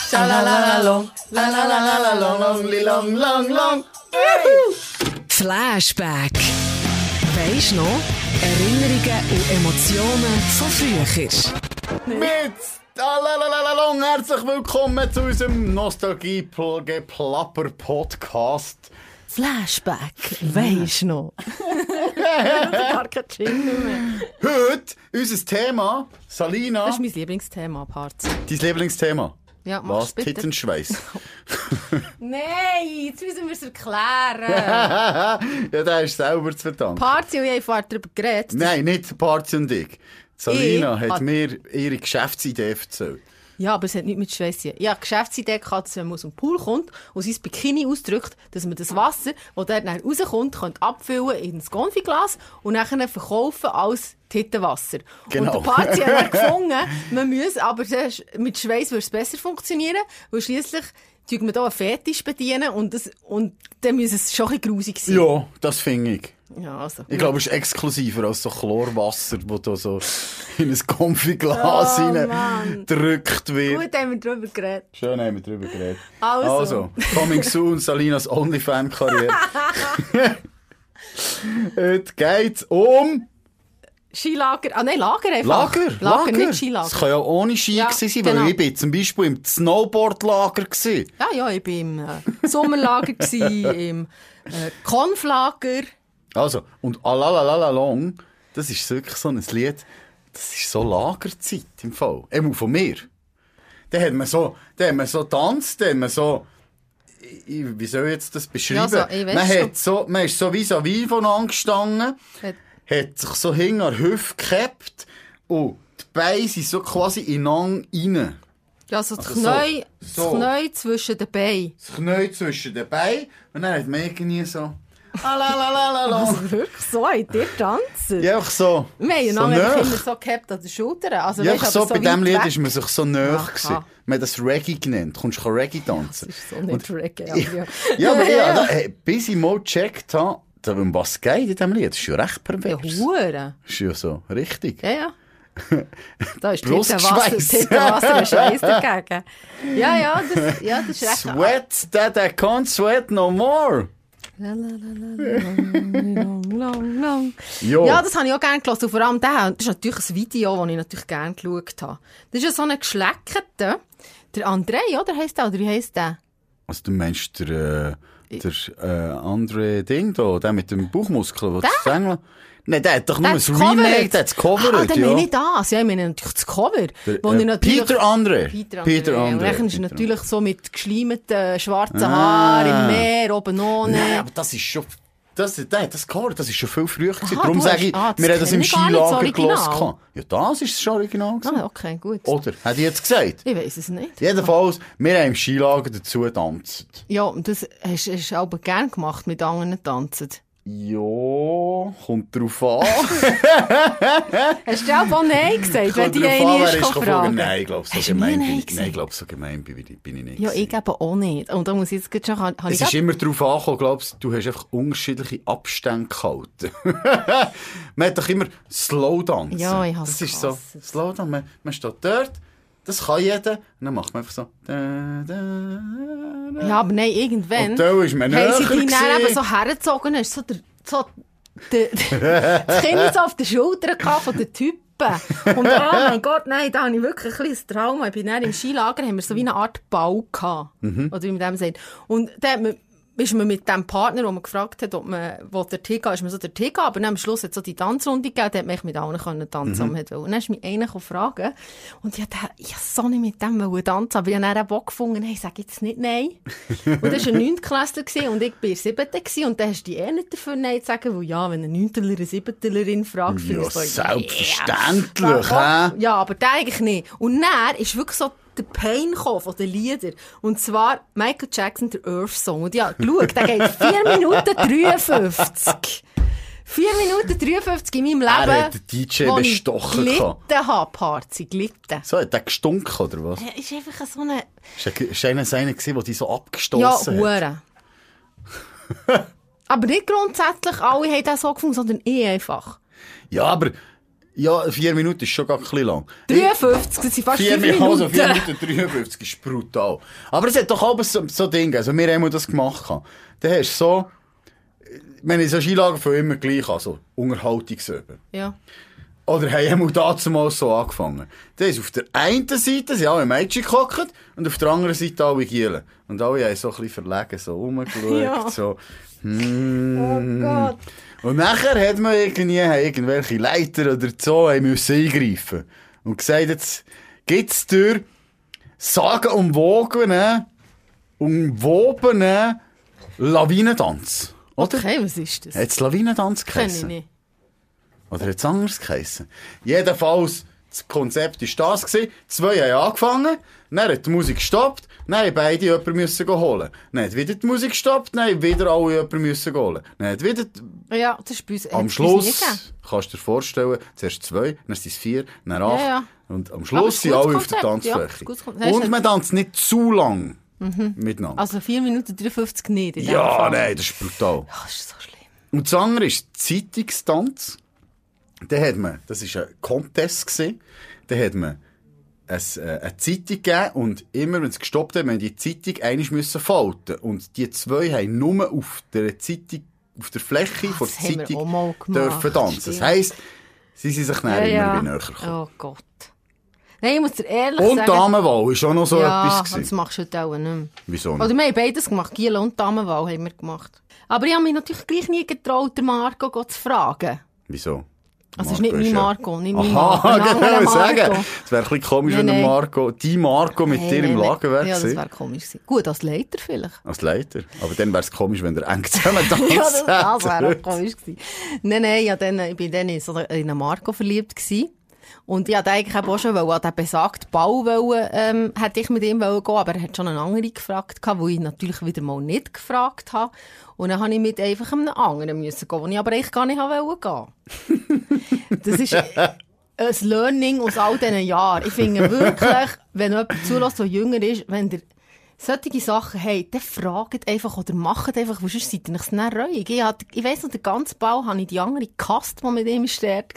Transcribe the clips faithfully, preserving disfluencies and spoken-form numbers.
Shalalalalong, lalalalalong, long, long, long. Flashback. Weisst noch? Erinnerungen und Emotionen von früher. Mit Lalalalalong, herzlich willkommen zu unserem Nostalgie-Geplapper-Podcast. Flashback. Weisst noch? Gar kein Jingle mehr. Heute unser Thema, Salina. Das ist mein Lieblingsthema, Parts. Dein Lieblingsthema? Ja, was? bitte. Tittenschweiß. Nein, jetzt müssen wir es erklären. Ja, der ist selber zu verdanken. Party und ich haben vorher darüber geredet. Nein, nicht Party und ich. Salina Ich hat hat- mir ihre Geschäftsidee erzählt. Ja, aber es hat nichts mit Schweiß zu tun. Ich habe eine Geschäftsidee gehabt, dass wenn man aus dem Pool kommt und sein Bikini ausdrückt, dass man das Wasser, das dort dann rauskommt, könnte abfüllen in ein Konfiglas und dann verkaufen als Tittenwasser. Genau. Und der Party hat dann gefunden, man müsse, aber das- mit Schweiß würde es besser funktionieren, weil schliesslich tun wir hier einen Fetisch bedienen und, das, und dann muss es schon ein bisschen grusig sein. Ja, das finde ich. Ja, also. Ich glaube, es ist exklusiver als so Chlorwasser, das da so in ein Konfiglas Oh, rein Mann. gedrückt wird. Gut, haben wir darüber geredet. Schön haben wir darüber geredet. Also. Also, coming soon, Salinas OnlyFans-Karriere. Heute geht's um Skilager, ah nein, Lager einfach. Lager. Lager, nicht Skilager. Es kann ja ohne Ski Ja, gewesen sein, genau. weil ich bin zum Beispiel im Snowboardlager gewesen. Ja, ja, ich war im äh, Sommerlager, gewesen, im äh, Konflager. Also, und Alalalalong, das ist wirklich so ein Lied, das ist so Lagerzeit im Fall. Eben von mir. Da hat man so, da hat man so tanzt, da hat man so, ich, wie soll ich jetzt das beschreiben? Ja, so, ich weiss man, schon. hat so, man ist so vis-à-vis voneinander gestanden, Hat- hat sich so hinter der Hüfte gehabt und die Beine sind so quasi ineinander rein. Ja, so das Also Knie, so. das Knie zwischen den Beinen. Das Knie zwischen den Beinen und dann hat man irgendwie so, Alalalalong. Also wirklich so, habt ihr tanzen? Ja, einfach so. Wir haben so einander einfach nahe. immer so gehabt an den Schultern. Also, Ja, weisst, einfach so, aber bei weit diesem Lied weg. ist man sich so nahe Aha. gewesen. Man hat das Reggae genannt. Du kommst Reggae tanzen. Das ist so nicht Reggae, aber ja. Ja, aber ja, da, hey, bis ich mal gecheckt habe, da, um was geht in diesem Lied, das ist ja recht Ja, pervers. Hure. Das ist ja so, richtig. Ja, ja. Da ist Brustschweiß. Tittenwasser, Tittenwasser ein Schweiß dagegen. Ja, ja, das, ja, das ist recht. Sweat that I can't sweat no more. La, la, la, la, long, long, long. Jo. Ja, das habe ich auch gerne gehört. Und vor allem der, das ist natürlich ein Video, das ich natürlich gerne geschaut habe. Das ist ja so ein Geschleckerter. Der André, oder heisst der? Oder wie heisst der? Also du meinst der, äh, der äh, andere Ding da, der mit dem Bauchmuskel, der das Sängel... Nein, der hat doch nur Der ein hat's Remake, gecovert. der hat es gecovert, Ah, dann ja. meine ich das. Ja, ich meine natürlich das Cover. Der, wo äh, ich natürlich... Peter Andre. Peter André. Peter Andre. Und dann ist er Peter natürlich so mit geschleimten schwarzen Ah. Haaren im Meer, oben ohne. Nein, aber das ist schon... Das, nein, das gehört, das ist schon viel früher gewesen. Aha, Darum du sage hast- ich, ah, das wir haben das im kenne ich gar nicht, das Skilager Original. gehört. Ja, das ist das schon original gewesen. Ah, okay, gut. Oder? Hat ich jetzt gesagt? Ich weiss es nicht. Jedenfalls, wir haben im Skilager dazu getanzt. Ja, und das hast hast du aber gerne gemacht, mit anderen tanzen. Ja, kommt drauf an. Hast du auch Nein gesagt, wenn Kommt die drauf eine an, ist wer ist gefragt? gefragt. Nein, ich glaube, so Hast du gemein nie bin Nein ich. gesagt? Nein, ich glaube, so gemein bin ich, bin ich nicht. Ja, ich gewesen. eben auch nicht. Und da muss ich jetzt gerade schon... Habe Es ich ist immer darauf angekommen, glaubst du, hast einfach unterschiedliche Abstände gehalten. Man hat doch immer Slowdance. Ja, ich hasse Das ist so, gehasst. Slowdown, man, man steht dort, das kann jeder, und dann macht man einfach so. Da, da, da. Ja, aber nein, irgendwann... Und da ist man haben sie näher dich dann eben gewesen. so hergezogen, hast so, der, so der, das Kind so auf der Schulter gehabt von den Typen. Und oh mein Gott, nein, da habe ich wirklich ein kleines Trauma. Ich bin dann im Skilager, haben wir so wie eine Art Bau gehabt. Mhm. Oder wie man dem sagt. Und da hat man, ist man mit dem Partner, den man gefragt hat, ob man dort hingeht, ist man so dort hingegangen. Aber dann am Schluss hat es so die Tanzrunde gegeben, da hat man echt mit allen können tanzen, Mhm. mhm. Und dann ist mich einer fragen. Und ich dachte, ich wollte so nicht mit dem wollen tanzen, aber ich habe dann einen Bock gefunden, hey, ich sage jetzt nicht nein. Und das war ein Neuntklässler und ich war Siebte. Und dann hast du dich eh nicht dafür nein zu sagen, weil ja, wenn ein Neuntler eine Siebtlerin fragt, Ja, findest du so, selbstverständlich, yeah. hä? Ja, aber der eigentlich nicht. Und dann ist wirklich so der Pain gekommen von den Liedern. Und zwar Michael Jackson, der Earth Song. Und ja, schau, der geht vier Minuten dreiundfünfzig. vier Minuten dreiundfünfzig in meinem Leben. Er hat den D J wo ich bestochen gelitten habe, Parzi, gelitten. So, hat der gestunken, oder was? Er ist einfach so eine... Ist einer seiner gewesen, der dich so Ja, abgestossen hat? Hure. Aber nicht grundsätzlich alle haben das so gefunden, sondern ich einfach. Ja, aber Ja, vier Minuten ist schon gar ein bisschen lang. dreiundfünfzig, das sind fast Vier, fünf Minuten. also vier Minuten dreiundfünfzig ist brutal. Aber es hat doch auch so, so Dinge, also wir haben das gemacht. Dann hast du so, wenn ich so Skilager von immer gleich an, so Unterhaltungsüben. Ja. Oder haben wir dazu mal so angefangen. Dann ist auf der einen Seite sind alle Mädchen gehockt und auf der anderen Seite alle Gielen. Und alle haben so ein bisschen verlegen, so rumgeschaut, Ja. so, hmm. Oh Gott. Und nachher hat man irgendwie, haben irgendwelche Leiter oder so haben müssen eingreifen. Und gesagt, jetzt gibt's durch sagenumwogenen, umwobenen Lawinentanz. Oder? Okay, was ist das? Hat's Lawinentanz Kenn ich geheissen? nicht. Oder hat es anders geheissen? Jedenfalls, das Konzept war das gewesen. Zwei haben angefangen, dann hat die Musik gestoppt, dann haben beide jemanden müssen holen. Dann hat wieder die Musik gestoppt, dann haben wieder alle jemanden müssen holen. Dann hat wieder, die... Ja, das ist bei uns, am hat's bei uns nie Schluss, gegeben. kannst du dir vorstellen, zuerst zwei, dann sind es vier, dann acht. Ja, ja. Und am Aber Schluss es ist sind ein alle gutes auf der Konzept, ja, Tanzfläche. es ist ein gutes Konzept. Und man tanzt nicht zu lang miteinander. Also vier Minuten dreiundfünfzig nicht in dem ja, Fall. nein, das ist brutal. Oh, das ist so schlimm. Und das andere ist Zeitungstanz. Da hat man, das war ein Contest gewesen, da hat man ein, äh, eine Zeitung gegeben und immer, wenn es gestoppt hat, haben die Zeitung einmal müssen falten. Und die zwei haben nur auf der Zeitung, auf der Fläche Ah, von das der haben wir Zeitung auch mal gemacht, dürfen tanzen. Das stimmt. heisst, sie sind sich dann Ja, immer ja. wieder näher gekommen. Oh Gott. Nein, ich muss dir ehrlich Und sagen... Damenwahl ist auch noch so ja, etwas das gewesen. machst du heute auch nicht mehr. Wieso nicht? Oder wir haben beides gemacht. Giel und Damenwahl haben wir gemacht. Aber ich habe mich natürlich gleich nie getraut, den Marco zu fragen. Wieso? Also, es ist nicht mein ja- Marco, nicht mein Aha, Marco. ein genau, anderer ich sagen. Marco. Es wäre ein bisschen komisch, Nein, wenn der nein. Marco, die Marco mit Hey, dir im nein, Lager wäre Ja, das gewesen. wäre komisch gewesen. Gut, als Leiter vielleicht. Als Leiter. Aber dann wäre es komisch, wenn der eng zusammen tanzt. Ja, das, das wäre auch komisch gewesen. Nein, nein, ja, dann, ich bin dann in, so in einen Marco verliebt gewesen. Und ich wollte eigentlich auch schon wollen, an den besagten Bau wollen, ähm, hätte ich mit ihm wollen gehen, aber er hat schon einen anderen gefragt, wo ich natürlich wieder mal nicht gefragt habe. Und dann habe ich mit einfach einem anderen müssen gehen, wo ich aber eigentlich gar nicht wollte gehen. Das ist ein Learning aus all diesen Jahren. Ich finde wirklich, wenn jemand zulässt, der jünger ist, wenn der solche Sachen habt, dann fragt einfach oder macht einfach, weil sonst seid ihr nicht näher reuig. Ich, hatte- ich weiss noch, den ganzen Bau habe ich die andere gehasst, die mit ihm dort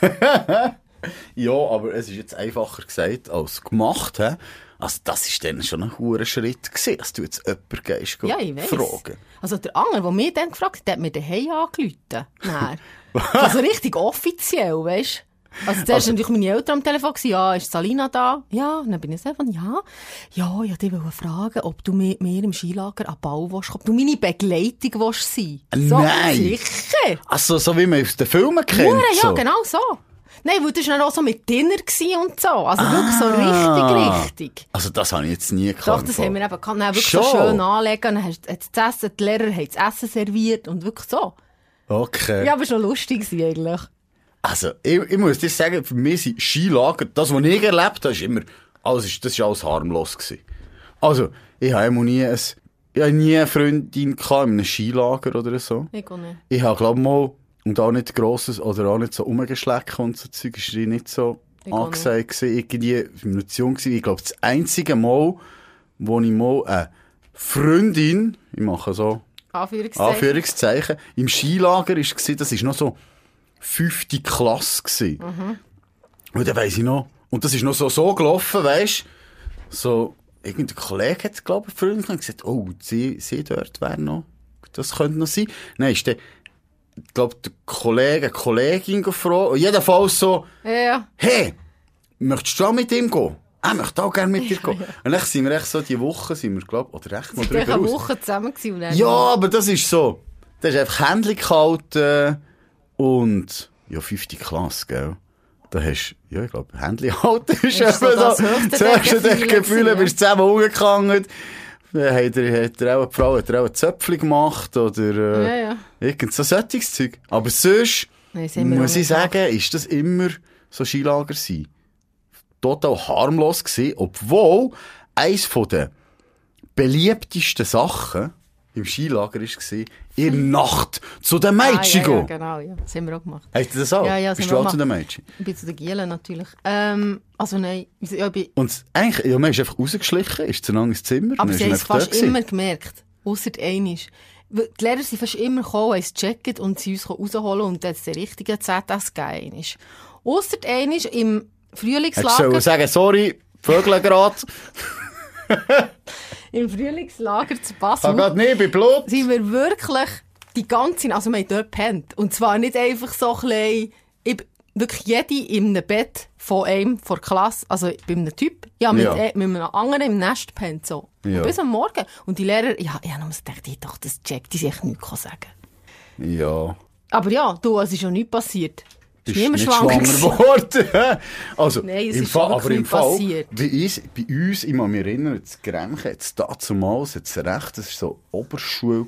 war. Ja, aber es ist jetzt einfacher gesagt als gemacht. He? Also das ist dann schon ein hoher Schritt gewesen, dass du jetzt jemanden gehst, Ja, ich weiss. fragen. Also der andere, der mich dann gefragt hat, der hat mir daheim angerufen. Nein. Also richtig offiziell, weißt du? Also zuerst Also- natürlich meine Eltern am Telefon gewesen, ja, ist Salina da? Ja, und dann bin ich so von, ja. Ja, ja, die wollen fragen, ob du mit mir im Skilager an den Bau willst, ob du meine Begleitung willst sein. So, Nein. sicher. Also so wie man aus den Filmen kennt. Hure, ja, so. genau so. Nein, weil das war dann auch so mit Dinner gewesen und so. Also wirklich so Ah. richtig, richtig. Also das habe ich jetzt nie gehabt. Doch, das haben wir eben gehabt. Dann wirklich so Schon? schön anlegen. Dann hast du das Essen, die Lehrer haben das Essen serviert und wirklich so. Okay. Ja, aber schon lustig gewesen eigentlich. Also, ich, ich muss dir sagen, für mich sind Skilager, das, was ich erlebt habe, ist immer, alles ist, das ist alles harmlos gewesen. Also, ich habe immer nie, ein, ich habe nie eine Freundin gehabt in einem Skilager oder so. Ich auch nicht. Ich habe, glaube mal, und auch nicht grosses, oder auch nicht so rumgeschlecken und so Zeug, ist nicht so Ich auch angesagt gewesen. Irgendwie, ich war noch zu jung gewesen. Ich glaube, das einzige Mal, wo ich mal eine Freundin, ich mache so, Anführungszeichen. Anführungszeichen, im Skilager war, das war noch so fünfte Klasse gewesen. Mhm. Und dann weiss ich noch, und das ist noch so, so gelaufen, weisst, so, irgendein Kollege hat, glaube ich, Freundin und gesagt, oh, sie, sie dort wäre noch, das könnte noch sein. Nein, ist der, ich glaube, der Kollege, eine Kollegin gefragt, und jedenfalls so, Ja, ja. hey, möchtest du auch mit ihm gehen? Er möchte auch gerne mit dir gehen. Und dann sind wir echt so, die Woche sind wir, glaube ich, oder echt mal Wir waren drüber eine raus. Woche zusammen gewesen und dann- Ja, aber das ist so. Das ist einfach Händchen gehalten und, ja, fünfte Klasse, gell. Da hast du, ja, ich glaube, Händchen halten ist Ist eben so das so. höchste Zuerst Deckengefühl hast du dich gefühlt, gewesen, bist zusammen umgegangen. Dann hat er, hat er auch, die Frau hat er auch ein Zöpfchen gemacht oder, äh, Ja, ja. irgend so solches Zeug. Aber sonst, Nein, das haben wir muss auch ich nicht sagen, ist das immer so Skilager sein. Total harmlos gewesen, obwohl eins von den beliebtesten Sachen im Skilager war, in der Nacht zu den Ah, Mädchen ja, ja, gehen. genau, ja. Das haben wir auch gemacht. Hast du das auch? Ja, ja, das Bist haben du wir auch zu den gemacht. Mädchen? Ich bin zu den Gielen natürlich. Ähm, also nein, ja, ich bin, Und eigentlich, ja, man ist einfach rausgeschlichen, ist zu ins Zimmer. aber dann sie ist haben man es einfach fast dort gewesen. immer gemerkt. Ausser einmal. Weil Die Lehrer sind fast immer gekommen, haben es gecheckt und sie uns rausholen und dann hat es den richtigen Z S gegeben. Ausser einmal im Frühlingslager. Hättest du sagen, sorry, Vögel gerade. Im Frühlingslager zu Basel. Kann gerade nicht, bei Blut. Sind wir wirklich die ganze, also wir haben dort gepennt. Und zwar nicht einfach so klein, ich, wirklich jede in einem Bett von einem, von der Klasse, also bei einem Typ, ja, mit, Ja. äh, mit einem anderen im Nest gepennt, so. Ja. Und bis am Morgen. Und die Lehrer, ja, ich habe nur gedacht, ich doch, das checkt, die sich echt nichts sagen. Ja. Aber ja, du, es ist ja nichts passiert. Es Bist ist niemand nicht schwanger schwanger gewesen. geworden. Also, Nein, es im ist Fall, wirklich aber im nicht Fall, passiert. bei uns, bei uns, ich muss mich erinnern, das Grenchen, jetzt dazumals, jetzt recht, das war so Oberschule,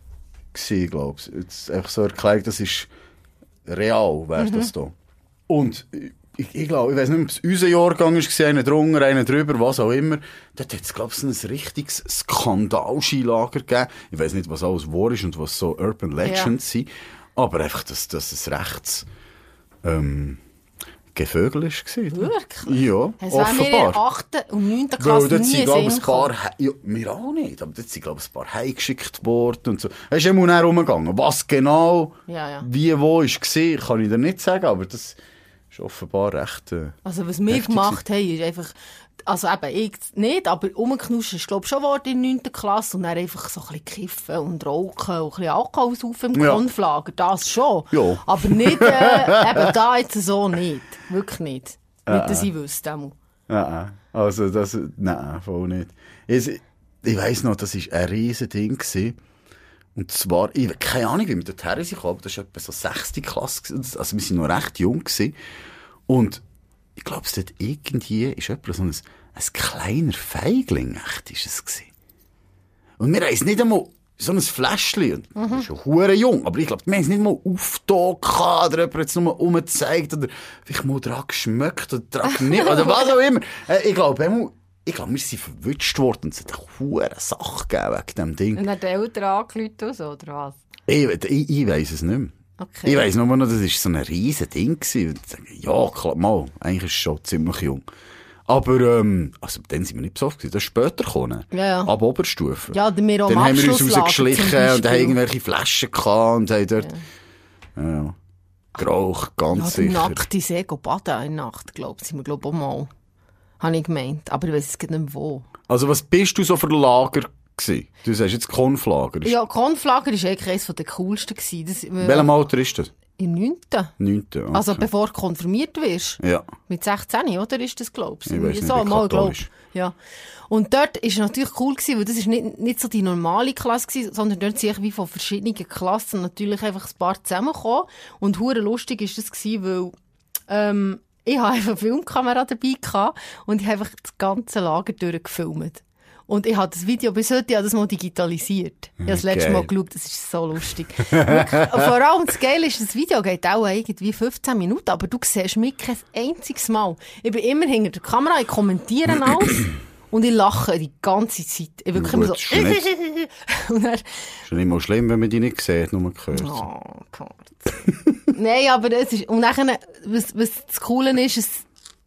glaube ich. Jetzt einfach so erklärt, das ist real, wäre Mhm. das da. Und ich, ich glaube, ich weiß nicht, ob es unser Jahrgang war, einer drunter, einer drüber, was auch immer. Dort hat es, glaube ich, ein richtiges Skandal-Skilager gegeben. Ich weiß nicht, was alles wahr ist und was so Urban Legends sind. Aber einfach, dass, dass es rechts ähm, Gevögel war. Wirklich? Ja, Es wäre mir in der offenbar. achten und neunten Weil Klasse dort nie sind, in glaube den ich, Sinn ein paar... gekommen. He- Ja, wir auch nicht, aber dort sind, glaube ich, ein paar heimgeschickt worden und so. Es ist immer näher rumgegangen. Was genau, Ja, ja. wie, wo ist gesehen, kann ich dir nicht sagen, aber das ist offenbar recht... Äh, Also was wir heftig gemacht haben, ist einfach, also eben ich nicht, aber rumknuschen ist glaube ich schon geworden in der neunten Klasse und dann einfach so ein bisschen kiffen und rauchen und ein bisschen Alkohol saufen im Ja. Konflager, das schon. Ja. Aber nicht, äh, eben da jetzt so nicht. Wirklich nicht. Nicht, dass ich wüsste. einmal. Nein, also das, nein, voll nicht. Ich, ich weiss noch, das war ein riesen Ding gewesen. Und zwar, ich keine Ahnung, wie wir dorthin sind, aber das war etwa so sechste Klasse gewesen. Also wir sind noch recht jung gewesen. Und ich glaube, es dort irgendwie ist etwa so ein, ein kleiner Feigling, echt, ist es gewesen. Und wir haben es nicht einmal so ein Fläschchen, und das ist ja hure jung, aber ich glaube, wir haben es nicht mal aufgetan oder jemand jetzt nur umgezeigt oder vielleicht mal dran geschmeckt oder dran nicht, oder was auch immer. Äh, Ich glaube, einmal- ich glaube, wir sind verwünscht worden und es hat eine hure Sache gegeben wegen diesem Ding. Und dann die Eltern angerufen so, oder was? Ich, ich, ich weiss es nicht mehr. Okay. Ich weiss nur noch, das war so ein riesen Ding gewesen. Und ich sage, ja, klar, mal, eigentlich ist es schon ziemlich jung. Aber, ähm, also, dann sind wir nicht besoffen gewesen. Das ist später gekommen. Ja, ja. Ab Oberstufe. Ja, dann wir auch Dann am haben wir uns Abschlusslager rausgeschlichen zum und haben Beispiel. irgendwelche Flaschen gehabt und haben dort, ja, ja geraucht, ganz Ja, die sicher. nackte See go baden in der Nacht, glaube ich, sind wir glaube ich auch mal. Habe ich gemeint, aber ich weiss es gar nicht mehr wo. Also, was bist du so für Lager gewesen? Du sagst jetzt Konflager. Ja, Konflager war eigentlich eines der coolsten gewesen. Das, In welchem Alter ist das? Im neunten Neunte. Okay. Also bevor du konfirmiert wirst. Ja. Mit sechzehn, oder? Ist das, glaub ich? Ich weiss nicht, so, wie mal, glaub. katholisch. Ja. Und dort war es natürlich cool gewesen, weil das ist nicht, nicht so die normale Klasse gewesen, sondern dort sind wie von verschiedenen Klassen natürlich einfach ein paar zusammengekommen. Und hure lustig ist das gewesen, weil, ähm, ich habe einfach eine Filmkamera dabei gehabt und ich habe einfach das ganze Lager durchgefilmt. Und ich habe das Video bis heute, ich habe das mal digitalisiert. Ich habe das letzte Geil. Mal geschaut, das ist so lustig. Wirklich, vor allem das Geile ist, das Video geht auch irgendwie fünfzehn Minuten, aber du siehst mich kein einziges Mal. Ich bin immer hinter der Kamera, ich kommentiere alles und ich lache die ganze Zeit. Ich wirklich Ja, immer gut, so... ist nicht- und dann, Ist ja nicht mal schlimm, wenn man die nicht sieht, nur hört. oh Gott. Nein, aber es ist... Und dann, was, was das Coole ist, es...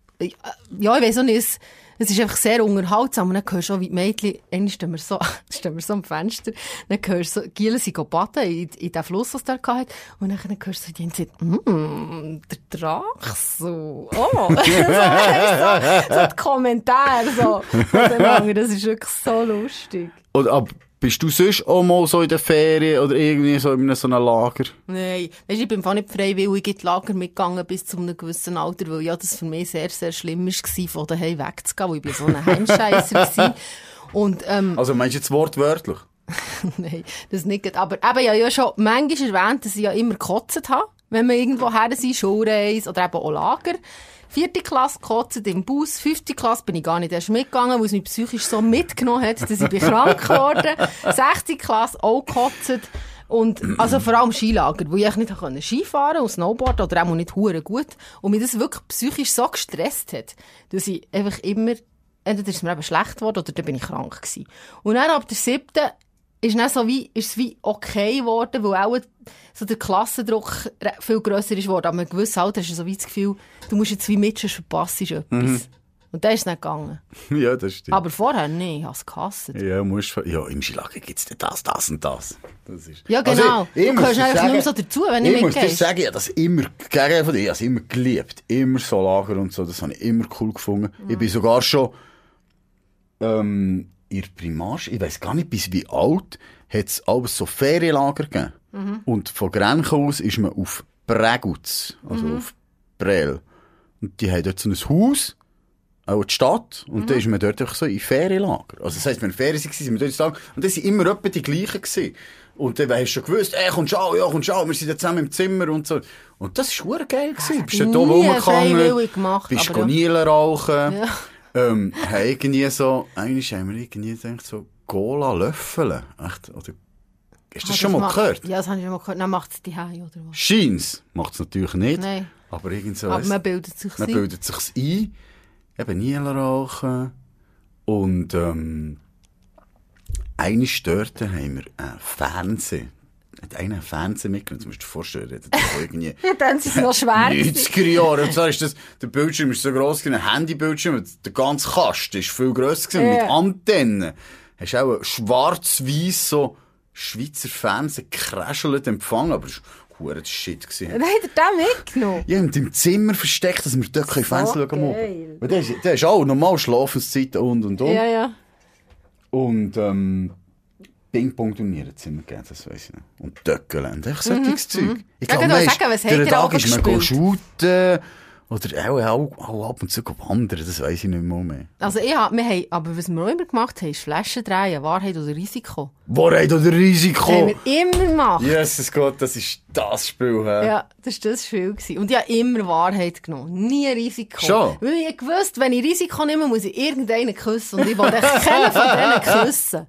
Ja, ich weiss auch nicht, es, es ist einfach sehr unterhaltsam. Und dann hörst du auch, wie die Mädchen, einmal stehen wir so, stehen wir so am Fenster, dann hörst du so, Gielen sind baden in, in den Fluss, was der hatte. Und dann hörst du so, die haben gesagt, mm, der Drache, so, oh. so, weißt du, so, so die Kommentare, so. von den anderen. Das ist wirklich so lustig. Oder, aber bist du sonst auch mal so in der Ferien oder irgendwie so in so einem Lager? Nein, weisst, ich bin einfach nicht freiwillig in die Lager mitgegangen bis zu einem gewissen Alter, weil ja das für mich sehr, sehr schlimm war, von daheim wegzugehen, weil ich bin so ein Heimscheisser war. Und, ähm, Also meinst du jetzt wortwörtlich? nein, das nicht. Aber eben, ja, ja schon manchmal erwähnt, dass ich ja immer gekotzt habe, wenn wir irgendwo her sind, Schulreise oder eben auch Lager. Vierte Klasse gekotzt im Bus, fünfte Klasse bin ich gar nicht erst mitgegangen, weil es mich psychisch so mitgenommen hat, dass ich bin krank geworden. Sechste Klasse auch gekotzt. Und, also vor allem Skilager, wo ich echt nicht konnte Skifahren und Snowboarden oder auch nicht hure gut. Und mich das wirklich psychisch so gestresst hat, dass ich einfach immer, entweder ist es mir eben schlecht geworden oder dann bin ich krank gewesen. Und dann ab der siebten ist dann so wie, ist es wie okay geworden, weil auch so der Klassendruck viel grösser ist geworden. Aber in einem gewissen Alter hast du so wie das Gefühl, du musst jetzt wie mitschen, verpasst ist etwas. Mhm. Und dann ist es nicht gegangen. Ja, das stimmt. Aber vorher, nee, ich habe es gehasst. Ja, musst, ja, im Skilager gibt es das, das und das. Das ist... Ja, genau. Also, ich, ich du gehörst eigentlich sagen, nicht mehr so dazu, wenn ich Ich muss dir mitgehst. sagen, ich habe das immer, gegen von dir, ich habe es immer geliebt. Immer so Lager und so, das habe ich immer cool gefunden. Mhm. Ich bin sogar schon, ähm, in der Primarschule, ich weiss gar nicht bis wie alt, hat es alles so Ferienlager gegeben. Mhm. Und von Grenchen aus ist man auf Prägutz, also mhm. auf Prel. Und die haben dort so ein Haus, auch die Stadt, und mhm. dann ist man dort einfach so in Ferienlager. Also das heisst, wenn wir Ferien waren, sind wir dort Tag, und das waren immer etwa die gleichen gewesen. Und dann hast du schon gewusst, ey, kommst du auch, ja, kommst du auch, wir sind jetzt zusammen im Zimmer und so. Und das war verdammt geil gewesen. Bist du da oben rumgegangen, bist du Nielen rauchen, ja. ähm, haben irgendwie so, eigentlich haben wir irgendwie gedacht, so Cola löffeln. Echt, oder, hast du das ah, schon das mal macht, gehört? Ja, das habe ich schon mal gehört. Dann macht es die Hause, oder was? Scheint's. Macht es natürlich nicht. Nein. Aber irgend so. Aber man bildet sich Man ein. bildet sich's ein. Eben Nielen rauchen. Und, ähm, eine Störte haben wir einen Fernsehen. Hat einer einen Fernseher mitgenommen? Du musst dir vorstellen, das ist irgendwie... Dann sind es noch schwer. neunziger Jahre. Und zwar ist das, der Bildschirm ist so gross gewesen, ein Handybildschirm, der ganze Kasten ist viel grösser gewesen, ja. Mit Antennen. Hast auch ein schwarz-weiss so Schweizer Fernsehen gekräschelt empfangen, aber das war verdammt Shit gewesen. Dann hat er den mitgenommen? Ja, und im Zimmer versteckt, dass wir dort so Fernsehen schauen können. Weil der ist, der ist auch normal Schlafenszeiten und und und. Ja, ja. Und, ähm, Ping-Pong-Turnier hat es immer gegeben, das weiss ich nicht. Und Töckeln, echt solches Zeug. Mhm. Ich glaube, ja, sagen, was der Tag ist man gespielt? shooten oder auch, auch, auch ab und zu wandern, das weiss ich nicht mehr. mehr. Also ich hab, wir haben, aber was wir auch immer gemacht haben, ist Flaschen drehen, Wahrheit oder Risiko. Wahrheit oder Risiko? Das haben wir immer gemacht. Jesus Gott, das ist das Spiel. He? Ja, das war das Spiel gewesen. Und ich habe immer Wahrheit genommen, nie Risiko. Schon? Weil ich gewusst, wenn ich Risiko nehme, muss ich irgendeinen küssen und ich wollte keinen von denen küssen.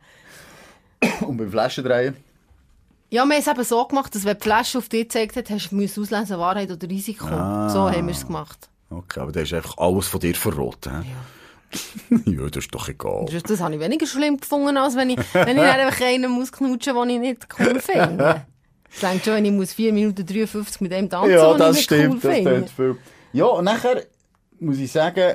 Und beim Flaschendrehen? Ja, wir haben es eben so gemacht, dass wenn die Flasche auf dich gezeigt hat, hast du auslesen, Wahrheit oder Risiko. Ah. So haben wir es gemacht. Okay, aber da ist einfach alles von dir verraten. Ja. Ja, das ist doch egal. Das, das habe ich weniger schlimm gefunden, als wenn ich, wenn ich einfach einen muss knutschen muss, den ich nicht cool finde. Das denkt schon, wenn ich muss vier Minuten dreiundfünfzig mit dem tanzen, ja, den das ich nicht stimmt, cool das finde. stimmt viel. Ja, und nachher muss ich sagen,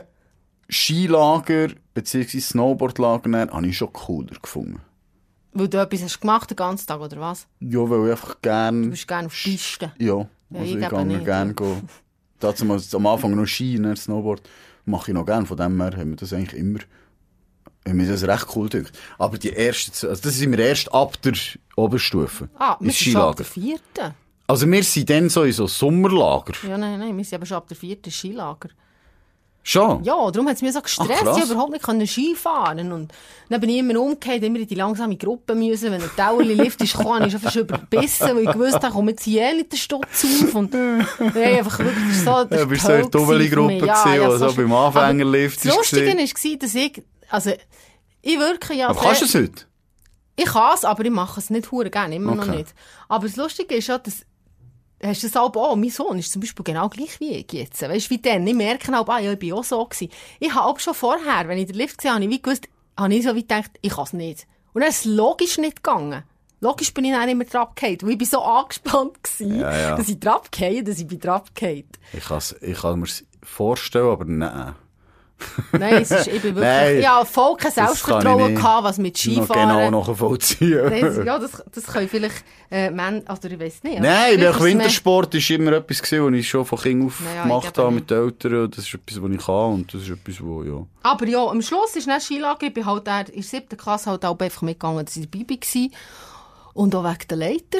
Skilager bzw. Snowboardlager habe ich schon cooler gefunden. Weil du etwas hast gemacht den ganzen Tag, oder was? Ja, weil ich einfach gerne... Du bist gerne auf Piste. Ja, ja also ich, ich gehe gerne gehen. Dazu mal am Anfang noch Ski, ne, Snowboard, mache ich noch gerne. Von dem her haben wir das eigentlich immer... Haben wir das recht cool gedacht. Aber die erste... Also das sind wir erst ab der Oberstufe. Ah, wir sind schon ab der vierten. Also wir sind dann so in so Sommerlager. Ja, nein, nein, wir sind aber schon ab der vierten Skilager. Schon? Ja, darum hat es mich so gestresst. Ach, ich überhaupt nicht Ski fahren. Und dann bin ich immer umgekehrt, immer in die langsame Gruppe müssen. Wenn ein Dauerli-Lift ist gekommen, habe ich schon fast überbissen, weil ich gewusst habe, komm jetzt hier nicht der Stutz auf. Und nein, einfach wirklich so, das ja, bist so in der Double-Gruppe ja, ja, oder so, beim Anfängerlift. Das Lustige war, dass ich, also, ich wirklich ja... Aber kannst du es heute? Ich kann es, aber ich mache es nicht verdammt gerne, immer okay. noch nicht. Aber das Lustige ist ja, dass hast du das auch, oh, mein Sohn ist zum Beispiel genau gleich wie ich jetzt. Weißt du, wie dann? Ich merke auch, ah, ja, ich bin auch so gewesen. Ich habe auch schon vorher, wenn ich den Lift gesehen habe, habe ich wie gewusst, habe ich so wie gedacht, ich kann es nicht. Und dann ist es logisch nicht gegangen. Logisch bin ich dann immer drauf gefallen, weil ich bin so angespannt gewesen, ja, ja. dass ich drauf gehe, dass ich bin drauf gehe. Ich, ich kann mir es vorstellen, aber nein. Nein, es ist, ich bin wirklich, Nein, ich habe voll kein Selbstvertrauen gehabt, was mit Skifahren. Noch genau nachvollziehen. Das, ja, das, das können vielleicht, äh, Männer, also ich weiss nicht. Nein, der Wintersport war immer etwas gewesen, was ich schon von Kind auf naja, gemacht habe mit den Eltern. Das ist etwas, was ich kann und das ist etwas, wo, ja. Aber ja, am Schluss ist nicht Skilager, ich bin halt in der siebten Klasse halt auch einfach mitgegangen, dass ich dabei war. Und auch wegen der Leiter.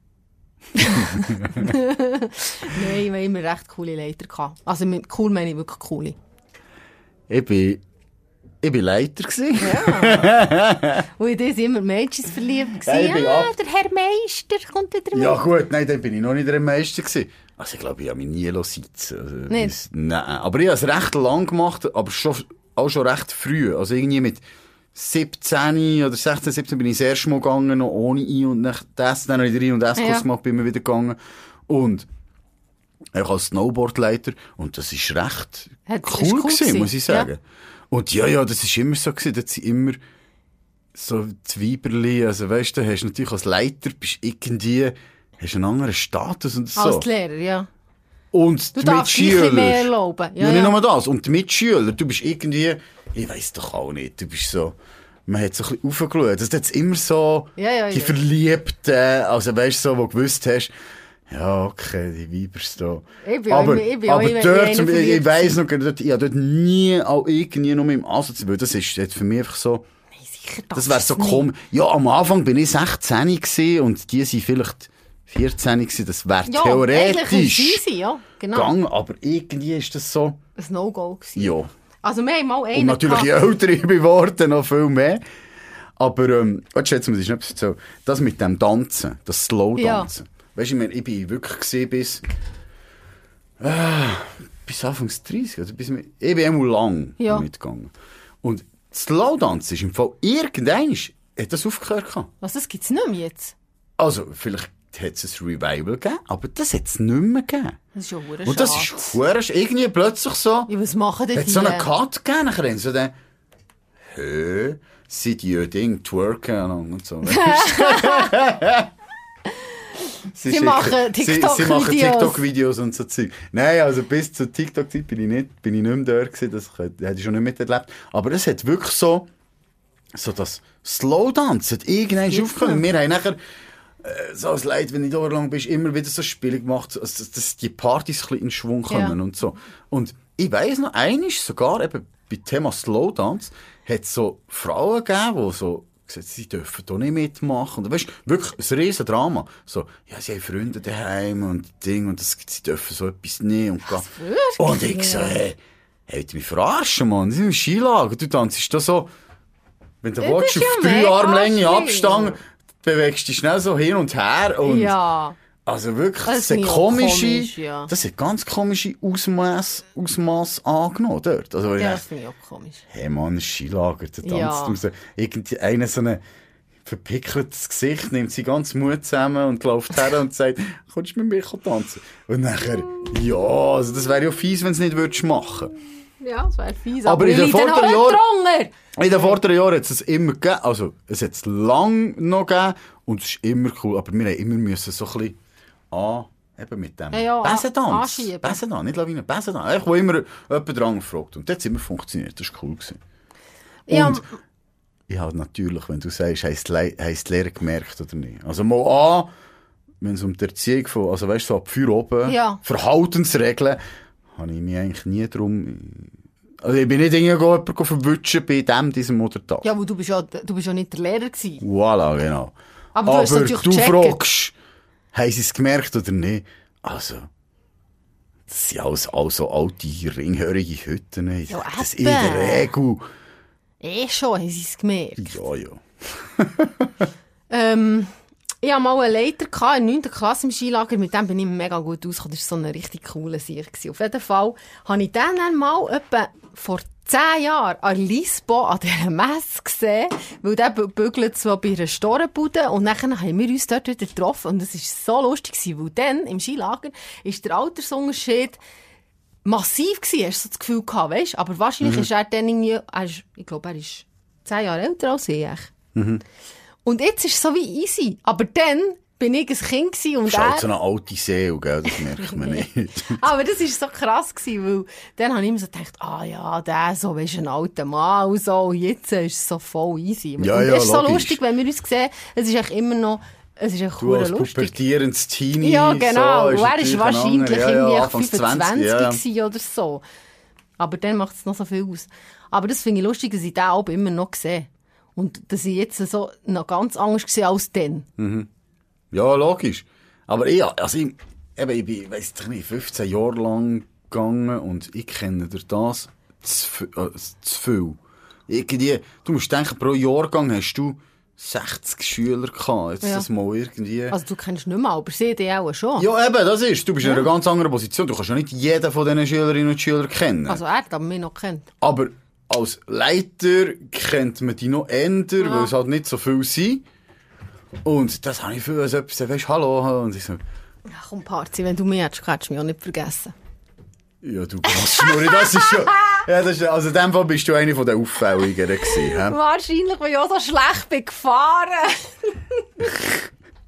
Nein, wir haben immer recht coole Leiter gehabt. Also cool meine ich wirklich coole. Ich bin, ich bin Leiter gewesen. Ja. Und in das immer Mädchen verliebt gewesen. Ja, ja, der Herr Meister kommt wieder mit. Ja gut, nein, dann bin ich noch nicht der Meister gewesen. Also ich glaube, ich habe mich nie sitzen also, Nicht? Bis, nein, aber ich habe es recht lang gemacht, aber schon, auch schon recht früh. Also irgendwie mit siebzehn oder sechzehn, siebzehn bin ich das erste Mal gegangen, noch ohne I und nach das, dann habe ich den I und S-Kurs ja. gemacht, bin ich wieder gegangen. Und ich als Snowboardleiter und das ist recht Hat, cool, ist cool gewesen, gewesen, muss ich sagen. Ja. Und ja, ja, das ist immer so gewesen, das sind immer so Zwieberli, also weißt du, hast natürlich als Leiter, bist irgendwie, hast einen anderen Status und so. Als Lehrer, ja. Und du die darfst ein Mitschüler. bisschen mehr erlauben. Ja, ja, nicht ja. nur das. Und die Mitschüler, du bist irgendwie, ich weiss doch auch nicht, du bist so, man hat so ein bisschen aufgeschaut. Das ist jetzt immer so, Ja, ja, die ja. Verliebten, also weißt du, so, wo du gewusst hast, ja, okay, die Weibers da. Ich bin aber auch immer- ich bin auch aber immer dort, in ich, einen ich verliebt weiss noch, dort, ich habe dort nie, auch irgendwie nur im Ansatz, weil das ist jetzt für mich einfach so, Nein, sicher das wäre darfst so du nicht. komisch. Ja, am Anfang bin ich sechzehn gewesen und die sind vielleicht vierzehn gewesen, das wäre Ja, eigentlich theoretisch ist es easy, ja. Genau. gegangen, aber irgendwie ist das so, Ein No-Go gewesen. ja. Also wir haben mal einen Und natürlich, je gehabt. älter ich geworden, noch viel mehr. Aber, ähm, warte, jetzt muss ich noch etwas erzählen. Das mit dem Tanzen, das Slow-Tanzen. Weißt du, ich, meine, ich bin wirklich gesehen bis, äh, bis Anfangs dreißig, also bis, ich bin einmal lang Ja. mitgegangen. Und Slow-Tanzen ist im Fall, irgendwann hat das aufgehört gehabt. Was, das gibt es nicht mehr jetzt? Also, vielleicht hat es ein Revival gegeben, aber das hat es nicht mehr gegeben. Das ist ja verdammt Und das schade. ist verdammt, irgendwie plötzlich so, Ja, was machen denn hat die? so einen Cut gegeben, nachher haben sie so den, hä, sie die Ding twerken und so. sie, Sie machen sie, sie machen TikTok-Videos. TikTok-Videos und so Zeug. Nein, also bis zur TikTok-Zeit bin ich nicht, bin ich nicht mehr da gewesen, das hätte ich schon nicht miterlebt. Aber es hat wirklich so, so das Slow-Dance hat irgendwann Jetzt aufgehört. noch. Wir haben nachher, äh, so als Leid, wenn ich da lang bist, immer wieder so Spiele gemacht, also, dass, dass die Partys ein bisschen in Schwung kommen Ja. und so. Und ich weiss noch, einisch sogar eben bei Thema Slowdance hat es so Frauen gegeben, die so gesagt, sie dürfen da nicht mitmachen. Und weißt, wirklich ein riesen Drama. So, ja, sie haben Freunde daheim und Ding und das, sie dürfen so etwas nicht und gar. wirklich? Und ich so, hey, hey, du mich verarschen, Mann, sie sind im Skilager, du tanzt da so, wenn du Ja, willst, das ist auf ja drei mega Armlänge schlimm. Abstand, bewegst dich schnell so hin und her und Ja. also wirklich, Das das, finde hat ich auch komische, komisch, ja. das hat ganz komische Ausmaß, Ausmaß angenommen dort. Also, ich Ja, dachte, das finde ich auch komisch. hey Mann, ein Skilager, der tanzt Ja. raus. Irgendeiner so ein verpickeltes Gesicht, nimmt sie ganz Mut zusammen und läuft her und sagt, kommst du mit mir tanzen? Und nachher, ja, also das wäre ja fies, wenn du es nicht würdest machen. Ja, das wäre fies. Aber in den ich leide vorderen halt Jahren- drunter. In den vorderen Jahren hat es immer gegeben, also es hat es lang noch gegeben und es ist immer cool, aber wir haben immer müssen so ein bisschen an, eben mit dem Ja, ja, Besentanz. anschieben. Besentanz, nicht Lawine, Besentanz. Ich, wo immer jemand dran gefragt und das hat immer funktioniert, das war cool gewesen. Ja, Und ich habe natürlich, wenn du sagst, heisst die Lehrer gemerkt oder nicht. Also mal an, wenn es um die Erziehung von, also weißt du, so ab Feuer oben, Ja. Verhaltensregeln, habe ich mich eigentlich nie drum, also ich bin nicht irgendwie jemanden verwutschen bei dem, diesem oder das. ja, aber du bist ja, du bist ja nicht der Lehrer gewesen. Voilà, genau. Aber du hast es natürlich du gecheckt. fragst, haben sie es gemerkt oder nicht? Also, das sind alles, also alte, ringhörige Hütten. Ja, das in der eben. Regel, Eh schon, haben sie es gemerkt. ja, ja. Ähm, ich hatte mal einen Leiter gehabt, in der neunten Klasse im Skilager, mit dem bin ich mega gut ausgekommen. Das war so ein richtig cooler Sieg. Auf jeden Fall habe ich den dann mal etwa vor zehn Jahren an Lisbo an dieser Messe gesehen, weil der bü- bügelt so bei einer Storenbude und dann haben wir uns dort wieder getroffen und es war so lustig gewesen, weil dann im Skilager ist der Altersunterschied massiv gewesen, hast du so das Gefühl gehabt, weißt? Aber wahrscheinlich ist er dann irgendwie, er ist, ich glaube, er ist zehn Jahre älter als ich. Mhm. Und jetzt ist es so wie easy. Aber dann bin ich ein Kind gewesen und Das ist halt er... so eine alte Seele, gell? Das merkt man nicht. Aber das war so krass gewesen, weil dann habe ich immer so gedacht, ah ja, der so, weisst, ein alter Mann und so, und jetzt ist es so voll easy. Ja, und ja, es ist so logisch. lustig, wenn wir uns sehen, es ist echt immer noch, es ist echt Du als lustig. pubertierendes Teenie. Ja, genau. So, und er war natürlich ein wahrscheinlich anderer. Ja, irgendwie ja, echt Anfangs fünfundzwanzig zwanzig, ja, ja. gewesen oder so. Aber dann macht es noch so viel aus. Aber das finde ich lustig, dass ich den Alben immer noch sehe. Und dass ich jetzt so noch ganz anders sehe als dann. Ja, logisch. Aber ich, also ich, eben, ich bin, weiss nicht, fünfzehn Jahre lang gegangen und ich kenne durch das zu, viel- äh, zu viel. Irgendwie, du musst denken, pro Jahrgang hast du sechzig Schüler gehabt. Jetzt Ja. das mal irgendwie. Also du kennst nicht mehr, aber sie die auch schon. ja, eben, das ist. Du bist in einer ganz anderen Position. Du kannst ja nicht jeden von diesen Schülerinnen und Schülern kennen. Also er hat aber mich noch kennt. Aber als Leiter kennt man die noch eher, weil es halt nicht so viel sind. Und das habe ich viel als etwas, weißt, hallo, und ich so, Ach komm, Parzi, wenn du mich hättest, hättest du mich auch nicht vergessen. ja, du Schnurri, das ist schon, ja, das ist, also in dem Fall bist du eine von den Auffälligeren gewesen, hä? Wahrscheinlich, weil ich auch so schlecht bin gefahren.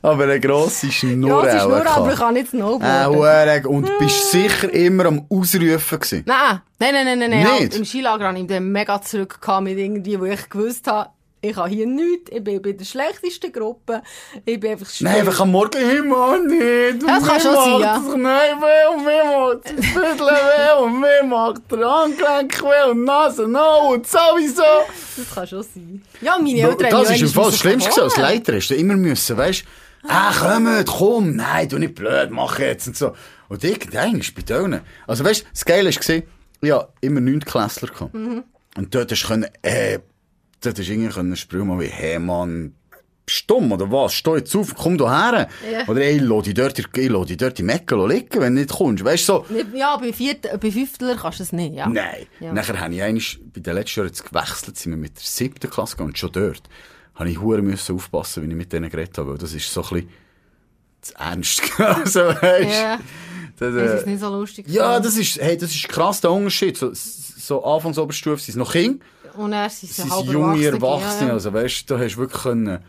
aber eine grosse Schnur. Grosse auch Schnur, gehabt. aber ich kann nicht snowboarden. Äh, und bist sicher immer am Ausrufen gewesen. Nein, nein, nein, nein, nein. Nicht? Halt, im Skilager habe ich dann mega zurückgekommen mit irgendwie, wo ich gewusst habe, ich habe hier nichts, ich bin bei der schlechtesten Gruppe, ich bin einfach Nein, einfach am Morgen, ich mach nicht. Das kann schon sein, ja. Nein, weh, und mir macht das Viertel weh, und mir macht der Handgelenk weh, und die Nase noch, und sowieso. Das kann schon sein. Ja, meine Eltern Das haben ist ja im Fall das müssen Schlimmste gewesen. Als kommen. Leiter hast du immer müssen, weißt du, ah, komm, komm, nein, du nicht blöd, mach jetzt, und so. Und irgendein ist bei denen. Also weißt du, das Geile war, ich hatte immer Neuntklässler gehabt. Mhm. Und dort hast du können, äh, dort hast du irgendwie können springen, wie, hey, Mann, bist du dumm, oder was? Steh jetzt auf, komm da her. Ja. Oder, ey, lass dich dort, ich lass dich dort im Ecken liegen, wenn du nicht kommst. Weißt du, so. Ja, bei, Viert, bei Fünftler kannst du es nicht, ja. Nein. Ja. Nachher habe ich eigentlich, bei den letzten Jahren jetzt gewechselt, sind wir mit der siebten Klasse gegangen, und schon dort habe ich hure müssen aufpassen, wenn ich mit denen geredet habe, weil das ist so ein bisschen zu ernst. Also, weißt, Ja. das, Das äh, ist nicht so lustig. ja, das ist, hey, das ist krass, der Unterschied. So, so Anfangs Oberstufe sind es noch Kinder, Und er sind sie so sind halb junge Erwachsene, Erwachsene. ja. Also, weißt du, da hast du wirklich können,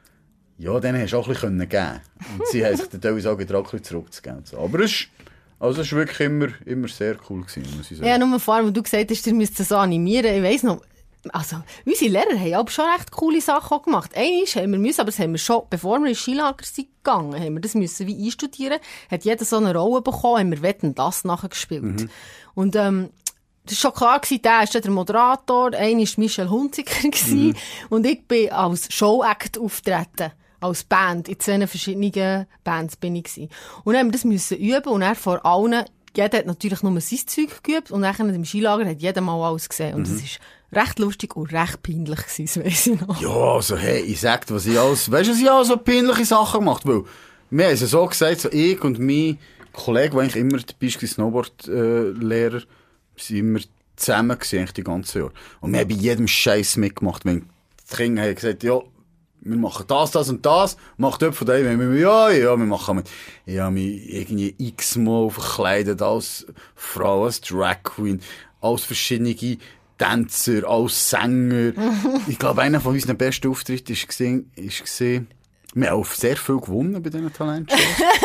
ja, denen hast du auch ein bisschen geben können. Und sie haben sich dann teilweise auch getraut, ein bisschen zurückzugeben. und So. Aber es ist, also es ist wirklich immer, immer sehr cool gewesen, muss ich sagen. Ja, nur vor allem, wo du gesagt hast, ihr müsst das so animieren. Ich weiss noch, also, unsere Lehrer haben aber schon recht coole Sachen auch gemacht. Einmal haben wir müssen, aber das haben wir schon, bevor wir ins Skilager sind gegangen, haben wir das müssen wie einstudieren. Hat jeder so eine Rolle bekommen, haben wir Wetten, das nachher gespielt. Mhm. Und, ähm, das war schon klar, der ist der Moderator, einer war Michel Hunziker mhm. und ich bin als Show-Act auftreten. Als Band. In zwei verschiedenen Bands bin ich gewesen. Und dann haben wir das müssen üben und er vor allen, jeder hat natürlich nur sein Zeug geübt und nachher im Skilager hat jeder mal alles gesehen. Und mhm. das war recht lustig und recht peinlich gewesen, das weiss ich noch. Ja, also, hey, ich sag dir, was ich alles, weißt du, was ich alles so peinliche Sachen gemacht habe? Weil, wir haben es so gesagt, so ich und mein Kollege, der eigentlich immer dabei war, Snowboard-Lehrer, sind immer zusammen gewesen, eigentlich die ganze Jahr. Und wir haben bei jedem Scheiß mitgemacht. Wenn die Kinder haben gesagt, ja, wir machen das, das und das, macht jemand von denen, wir, ja, ja, wir machen mit. Ich habe mich irgendwie x-mal verkleidet als Frau, als Drag Queen, als verschiedene Tänzer, als Sänger. Ich glaube, einer von unseren besten Auftritten war, gesehen, ist gesehen, wir haben auch sehr viel gewonnen bei diesen Talentshows.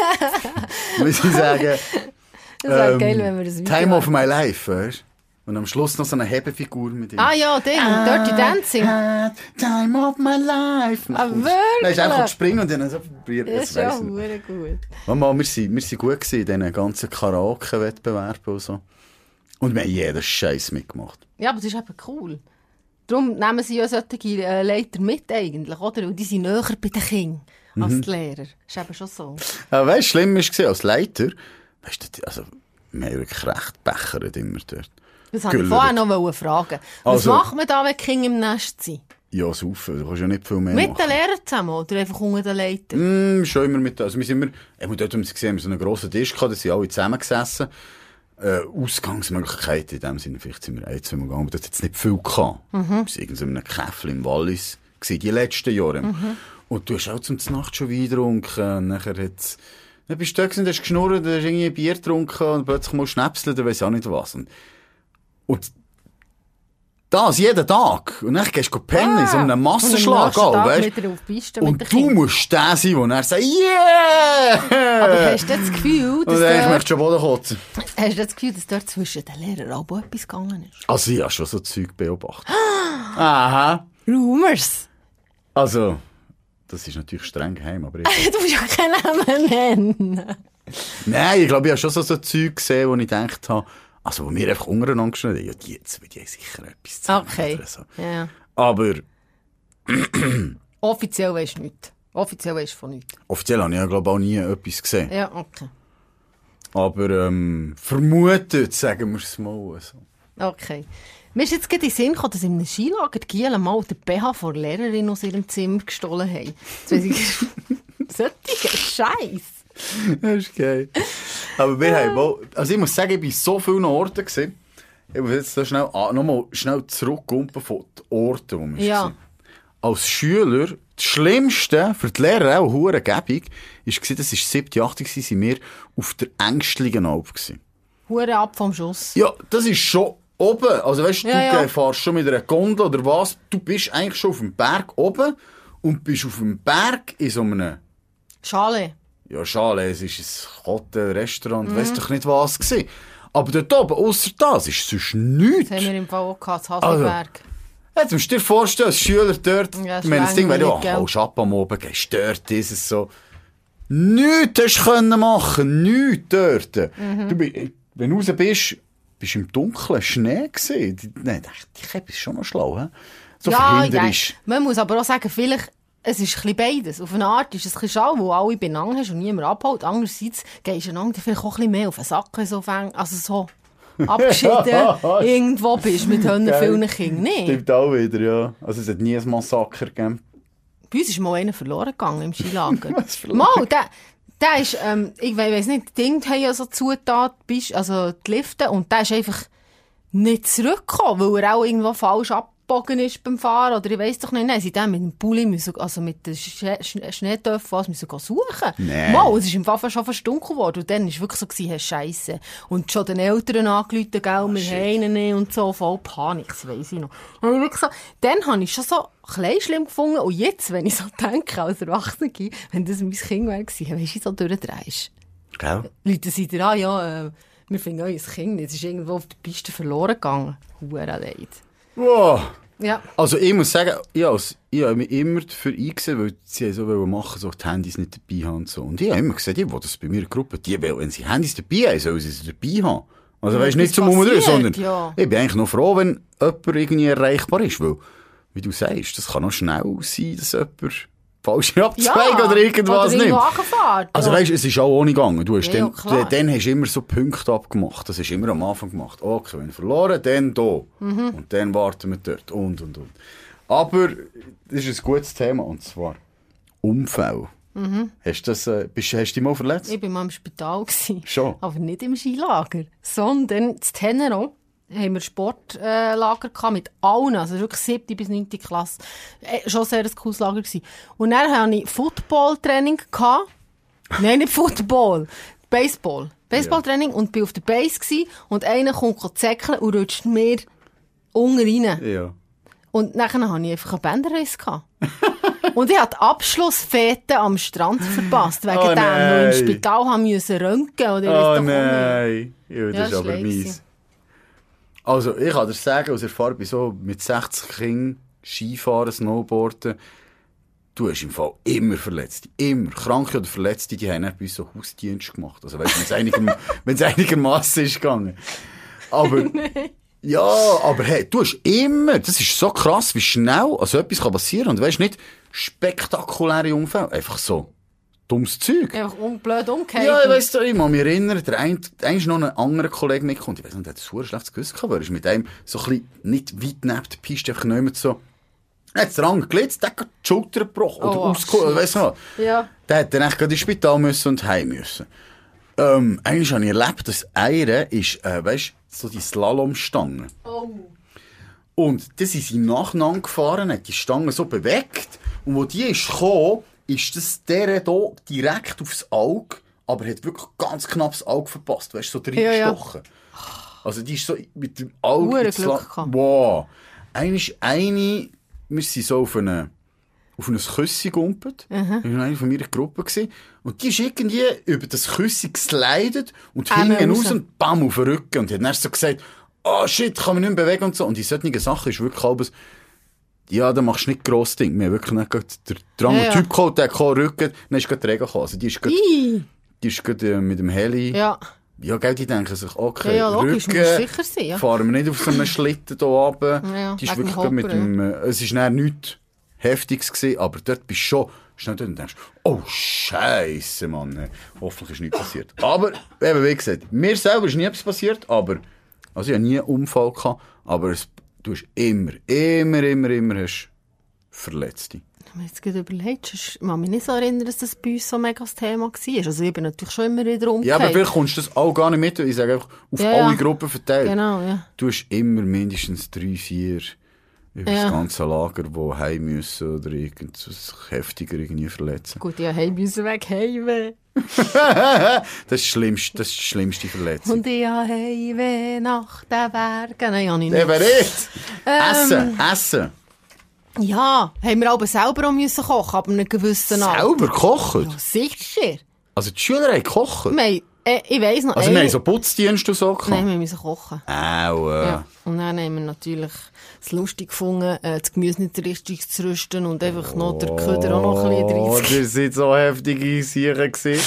Muss ich sagen. Das wäre ähm, geil, wenn wir das Video Time of my life, weißt du? Und am Schluss noch so eine Hebefigur mit ihm. Ah ja, Ding, Dirty Dancing. Ah, time of my life. Ah, wirklich? Dann ist einfach springen und dann so probiert. Das ist ja verdammt gut. Mama, wir sind, wir sind gut gewesen in diesen ganzen Karaoke-Wettbewerben und so. Und wir haben jeden Scheiß mitgemacht. Ja, aber das ist eben cool. Darum nehmen sie ja solche äh, Leiter mit eigentlich, oder? Und die sind näher bei den Kindern als Mhm. die Lehrer. Das ist eben schon so. Aber weißt du, schlimm war als Leiter, weißt du, also, wir haben wirklich recht bechert immer dort. Das wollte ich vorher noch fragen. Was Also, macht man da, wenn die Kinder im Nest sind? Ja, saufen, du kannst ja nicht viel mehr Mit machen. den Lehrern zusammen oder einfach unter den Leitern? Mm, schon immer mit, also wir sind immer, eben dort haben wir gesehen, wir so einen grossen Tisch gehabt, da sind alle zusammengesessen. Äh, Ausgangsmöglichkeiten in dem Sinne, vielleicht sind wir ein, zwei Mal gegangen, aber dort hat es nicht viel gehabt. Mhm. Wir waren in so einem Käffel im Wallis, gewesen, die letzten Jahre. Mhm. Und du hast auch zum Nacht schon Wein getrunken, nachher hat's, dann bist du da gewesen, hast geschnurrt, hast irgendwie ein Bier getrunken und plötzlich mal schnäpseln, dann weiss ich auch nicht was. Und, und das jeden Tag. Und dann gehst du pennen Ah, in so einem Massenschlag. Und Auch, weißt? wieder auf die Piste Und mit den du Kindern. musst der sein, der dann sagt, yeah! Aber hast du das Gefühl, dass Und dann ich dort, möchte schon Boden kotzen. hast du das Gefühl, dass dort zwischen den Lehrern auch etwas gegangen ist? Also ich habe schon so Zeug beobachtet. Aha. Rumors. Also, das ist natürlich streng geheim, aber ich... Du musst ja keinen Namen nennen. Nein, ich glaube, ich habe schon so, so Zeug gesehen, wo ich gedacht habe, also wo wir einfach untereinander geschnitten haben, ja, die jetzt, die haben sicher etwas zusammen. Okay. Oder so. Ja. Aber Offiziell weisst du nichts. Offiziell weisst du von nichts. offiziell habe ich ja, glaube ich, auch nie etwas gesehen. Ja, okay. Aber ähm, vermutet, sagen wir es mal so. Okay. Mir ist jetzt gerade in den Sinn gekommen, dass in einem Skilager die Gielen mal den B H von der Lehrerin aus ihrem Zimmer gestohlen haben. Jetzt weiss ich, solche Scheiß. Das ist geil. Aber wir haben mal, also ich muss sagen, ich war so vielen Orten gewesen. Ich muss jetzt da schnell, ah, nochmal schnell zurückkommen von den Orten, wo wir Ja. waren. Als Schüler, das Schlimmste für die Lehrer auch hure Gebung, war, das war siebte, achte, sind wir auf der Ängstlingenalp gewesen. Hure ab vom Schuss. Ja, das ist schon oben. Also weißt du, Ja, du ja. fährst schon mit einer Gondel oder was. Du bist eigentlich schon auf dem Berg oben und bist auf dem Berg in so einem Schale. Ja, Schale, es ist ein Hotel-Restaurant, mhm. weiss doch nicht was gewesen. Aber dort oben, ausser das, ist sonst nichts. Das haben wir im Fall auch gehabt, das Hasliberg. Also, jetzt musst du dir vorstellen, als Schüler dort, ja, ich meine, das Ding wäre ja, oh, Schapp am Oben, gehst dort, ist es so. Nichts hast du können machen, nichts dort. Mhm. Du, wenn du raus bist, bist du im Dunkeln Schnee gesehen. Nein, die Käppe ist schon noch schlau, he? So ja, verhinderisch. Ja, man muss aber auch sagen, vielleicht, es ist ein bisschen beides. Auf eine Art ist es ein bisschen schau, wo alle beieinander hast und niemand abholt. Andererseits gehst du einander vielleicht auch ein bisschen mehr auf den Sack, so fäng, also so abgeschieden irgendwo bist mit vielen Kindern. Nee. Stimmt auch wieder, ja. Also es hat nie ein Massaker gegeben. Bei uns ist mal einer verloren gegangen im Skilager. Mal, der, der ist, ähm, ich weiss nicht, die Dinge haben ja so Zutaten, also die Lifte, und der ist einfach nicht zurückgekommen, weil er auch irgendwo falsch abgebogen ist beim Fahren, oder ich weiss doch nicht. Nein, sie haben mit dem Pulli müssen, also mit den Sch- Sch- Schneetöpfen was müssen suchen. Nee. Mal, es ist im Fall schon fast dunkel geworden, und dann war es wirklich so, gewesen, hey, Scheisse. Und schon den Eltern angerufen, gell, wir haben ihn nicht und so, voll Panik, das weiss ich noch. Dann habe ich wirklich so, dann habe ich schon so klein schlimm gefunden, und jetzt, wenn ich so denke, als Erwachsene, wenn das mein Kind wäre gewesen, weisst du, so durchdrehst. Gell? Leute sind dir an, ja, äh, wir finden euer Kind nicht, es ist irgendwo auf der Piste verloren gegangen. Huere leid. Wow. Ja. Also ich muss sagen, ich habe, ich habe mich immer dafür eingesehen, weil sie so machen, so die Handys nicht dabei haben und so. Und ich habe immer gesagt, ich will das bei mir in der Gruppe, die, wenn sie Handys dabei haben, sollen sie sie dabei haben. Also ja, weißt du, nicht zum Umdrehen, sondern ja. Ich bin eigentlich noch froh, wenn jemand irgendwie erreichbar ist, weil, wie du sagst, das kann auch schnell sein, dass jemand falsche Abzweig ja, oder irgendwas oder nimmt. Fahrt, also ja. Weißt, es ist auch ohne gegangen. Du hast ja, dann, ja, dann hast du immer so Punkte abgemacht. Das hast du immer am Anfang gemacht. Okay, wenn verloren, dann da. Mhm. Und dann warten wir dort. Und, und, und. Aber das ist ein gutes Thema, und zwar Unfälle. Mhm. Hast du das, äh, bist, hast du dich mal verletzt? Ich war mal im Spital. Schon? Aber nicht im Skilager, sondern in Tenero haben wir Sportlager gehabt mit allen, also wirklich siebte bis neunte Klasse. Äh, schon sehr ein cooles Lager gewesen. Und dann hatte ich Football-Training gehabt. Nein, nicht Football. Baseball. Baseball-Training, ja. Und bin auf der Base gewesen, und einer kommt zäckeln und rutscht mir unten rein. Ja. Und nachher hatte ich einfach einen Bänderriss gehabt. Und ich hatte die Abschlussfete am Strand verpasst, wegen oh, dem, weil ich im Spital haben müssen röntgen oder oh, doch nein. Ja, das ja, ist aber mies. Also, ich kann dir sagen, aus Erfahrung, bei so mit sechzig Kindern, Skifahren, Snowboarden, du hast im Fall immer Verletzte. Immer. Kranke oder Verletzte, die haben nicht bei uns so Hausdienst gemacht. Also, weißt du, wenn es einigerm- wenn's einigermassen ist gegangen. Aber, ja, aber hey, du hast immer, das ist so krass, wie schnell, also etwas kann passieren. Und weißt nicht, spektakuläre Unfälle. Einfach so. Dummes Zeug. Einfach un- blöd umgekehrt. Ja, ich weiss doch, ich kann mich erinnern, der eine, der ist noch ein anderer Kollege mitgekommen. Ich weiss nicht, der hat ein super schlechtes Gewissen gehabt, weil er ist mit einem so ein bisschen nicht weit neben der Piste, einfach nicht mehr so, er hat den Rang gelitzt, der hat die Schulter gebrochen, oder oh, ausgeholt, weiss du noch. Ja. Der hat dann echt gerade ins Spital müssen und heim müssen. Ähm, einmal habe ich erlebt, dass einer ist, äh, weisst, so die Slalomstange. Oh. Und dann sind sie nacheinander gefahren, hat die Stange so bewegt, und wo die ist gekommen, ist das der hier direkt aufs Auge, aber hat wirklich ganz knapp das Auge verpasst. Weißt du, so reingestochen. Ja, ja. Also die ist so mit dem Auge... Glück gehabt. Wow. Eine ist eine, wir sind so auf eine, auf ein Küssi gegumpelt. Mhm. Das war eine von meiner Gruppe gewesen. Und die ist irgendwie über das Küssi geslidet und ähm, hinten raus raus und bam, auf den Rücken. Und die hat dann so gesagt, oh shit, kann mich nicht mehr bewegen und so. Und in solchen Sachen ist wirklich halbes, ja, da machst du nicht gross Ding. Wir haben wirklich nicht gerade der andere ja, Typ gekommen, der kam Rücken, dann ist gerade der Regen gekommen. Also die ist gerade, die ist gerade äh, mit dem Heli. Ja. Ja, gell, die denken sich, okay, ja, ja, logisch, Rücken, muss sicher sein, ja. fahren wir nicht auf so einen Schlitten hier runter. Ja, die ist wegen wirklich Hopper, mit dem, ja. äh, es ist dann nichts Heftiges gewesen, aber dort bist du schon schnell dort und denkst, oh Scheisse, Mann, hoffentlich ist nichts passiert. Aber, eben wie gesagt, mir selber ist nie etwas passiert, aber, also ich habe nie einen Unfall gehabt, aber es, du hast immer, immer, immer, immer hast Verletzte. Ich habe mir jetzt gerade überlegt, ich kann mich nicht so erinnern, dass das bei uns so mega das Thema war. Also ich bin natürlich schon immer wieder umgekehrt. Ja, aber vielleicht kommst du das auch gar nicht mit. Ich sage einfach, auf ja, alle ja. Gruppen verteilt. Genau, ja. Du hast immer mindestens drei, vier über ja. das ganze Lager, die heim müssen oder irgendwas heftiger irgendwie verletzen. Gut, ja, heim müssen weg, heim. das ist das Schlimmste, das ist die schlimmste Verletzung. Und ich habe Heimweh nach den Bergen. Nein, habe ich nicht. Eben nicht. Ähm, Essen, Essen. Ja, haben wir aber selber auch müssen kochen, aber einem gewissen Alter. Selber kochen? Ja, sicher. Also die Schüler haben gekocht? Wir haben, äh, ich weiss noch... Also wir haben so Putzdienste und so gehabt? Nein, wir müssen kochen. Auch, äh. Ja. Und dann haben wir natürlich es lustig gefunden, äh, das Gemüse nicht richtig zu rüsten und einfach noch der Köder auch noch ein bisschen Oh, reinzugeben. das sind so heftige Sachen gewesen.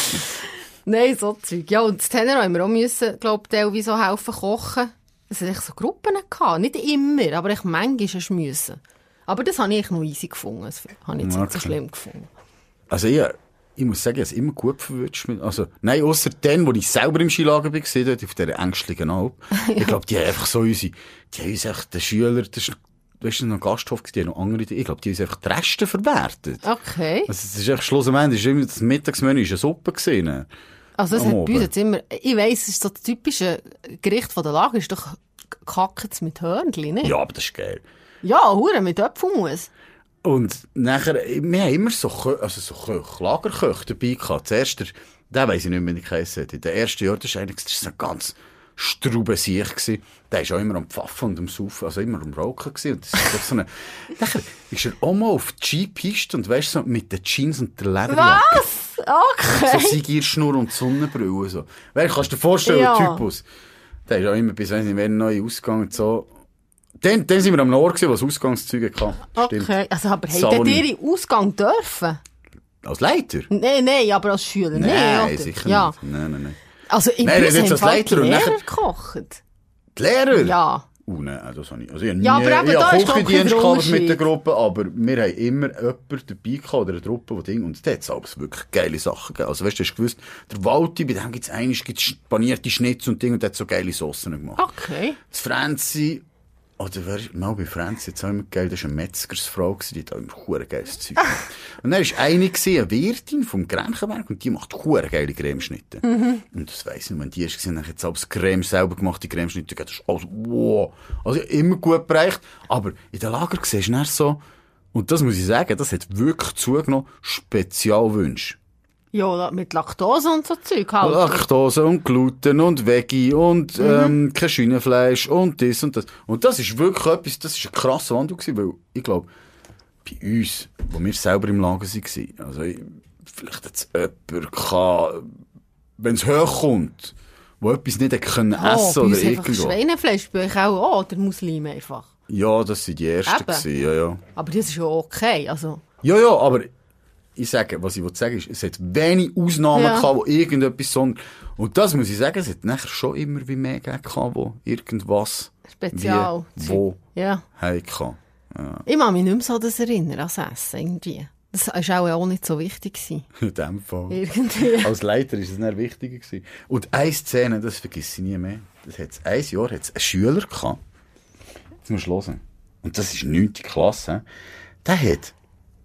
Nein, so Zeug. Ja, und das Tenero haben wir auch müssen, glaube ich, teilweise so helfen kochen. Es hat echt so Gruppen gehabt. Nicht immer, aber ich manchmal hast du müssen. Aber das habe ich noch easy gefunden. Das habe ich jetzt nicht so Okay. schlimm gefunden. Also ich, ich muss sagen, ich habe es immer gut verwünscht. Also, nein, ausser dann, wo ich selber im Skilager war, dort auf dieser ängstlichen Alp. Ja. Ich glaube, die haben einfach so unsere, die haben uns echt, den Schüler, das ist, das ist noch ein Gasthof, die haben noch andere, ich glaube, die haben uns einfach die Reste verwertet. Okay. Also, es ist echt schlussendlich, ist immer, das Mittagsmenü ist eine Suppe gewesen. Also das Am hat bei uns Abend. jetzt immer... Ich weiss, es ist so das typische Gericht von der Lager, ist doch Kackets mit Hörnchen, nicht? Ja, aber das ist geil. Ja, Hure mit Apfelmus. Und nachher, wir haben immer so, Kö also so Köch, Lagerköche dabei gehabt. Zuerst, der, den weiss ich nicht mehr, wie ich geheissen hat. In den ersten Jahren, das war eigentlich, das war so ganz Straubensiech gewesen. Der war auch immer am Pfaffen und am Saufen, also immer am Rauchen gewesen. Und das ist doch so eine, nachher ist er auch mal auf die Skipiste und weisst so, mit den Jeans und der Lederjacke. Was? Okay. So Sigierschnur und Sonnenbrille so. Weil, kannst du dir vorstellen, Ja. der Typus. Der ist auch immer bis, weiss nicht, wenn neu Ausgang und so. Dann, dann sind wir am Ort gewesen, wo es Ausgangszeuge hatte. Stimmt. Okay. Also, aber Sauni. hättet ihr in den Ausgang dürfen? Als Leiter? Nein, nein, aber als Schüler Nein, nicht, oder? sicher ja. nicht. Nein, nein, nein. Also, in Nein, uns jetzt haben als im Fall Leiter die und Lehrer nachher- gekocht. Die Lehrer? Ja. Uh, nein, das habe ich. Also, ich habe nie, Ja, aber eben, ich da habe ist doch Küchendienst kein gehabt mit der Unterschied. Gruppe, aber wir haben immer jemanden dabei gehabt, oder eine Truppe, die Ding, und da hat es alles wirklich geile Sachen gegeben. Also, weißt du, hast du gewusst, der Walti, bei dem gibt es einiges, gibt's panierte Schnitzel und Ding, und der hat so geile Soßen gemacht. Okay. Das Franzi, oder wer ist, mal bei Franzi, jetzt auch immer geil, das war eine Metzgersfrau, die hat auch immer hure geiles Zeug gemacht. Und dann war eine, gewesen, eine Wirtin vom Grenchenberg, und die macht hure geile Cremeschnitte. Mhm. Und das weiss ich nicht, wenn die ist, dann hat jetzt alles Creme selber gemacht, die Cremeschnitte, das ist alles, wow. Also immer gut bereicht, aber in den Lager siehst du dann so, und das muss ich sagen, das hat wirklich zugenommen, Spezialwünsche. Ja, mit Laktose und so Zeug halt. Laktose und Gluten und Veggie und ähm, kein Schienenfleisch und das und das. Und das ist wirklich etwas, das ist ein krasser Wandel gewesen, weil ich glaube, bei uns, wo wir selber im Lager waren, also ich, vielleicht jetzt jemand kann, wenn es hochkommt, wo etwas nicht hätte können Oh, essen bei oder uns einfach irgendwo. Schweinefleisch, bei euch auch, oh, der Muslim einfach. Ja, das sind die ersten Eben. gewesen, ja, ja. Aber das ist ja okay, also... Ja, ja, aber ich sage, was ich sagen will, ist, es hat wenig Ausnahmen Ja. gehabt, wo irgendetwas so... Und das muss ich sagen, es hat nachher schon immer wie mehr gegeben, gehabt, wo irgendwas Spezial. wie, wo Ja. hatte. Ja, Ich kann mich nicht mehr so das erinnern, als Essen irgendwie. Das war auch nicht so wichtig gewesen. in dem Fall. Irgendwie. Als Leiter war es dann wichtiger gewesen. Und eine Szene, das vergesse ich nie mehr. Das hat's, ein Jahr hat es einen Schüler gehabt. Jetzt musst du hören. Und das ist neunte Klasse. Der hat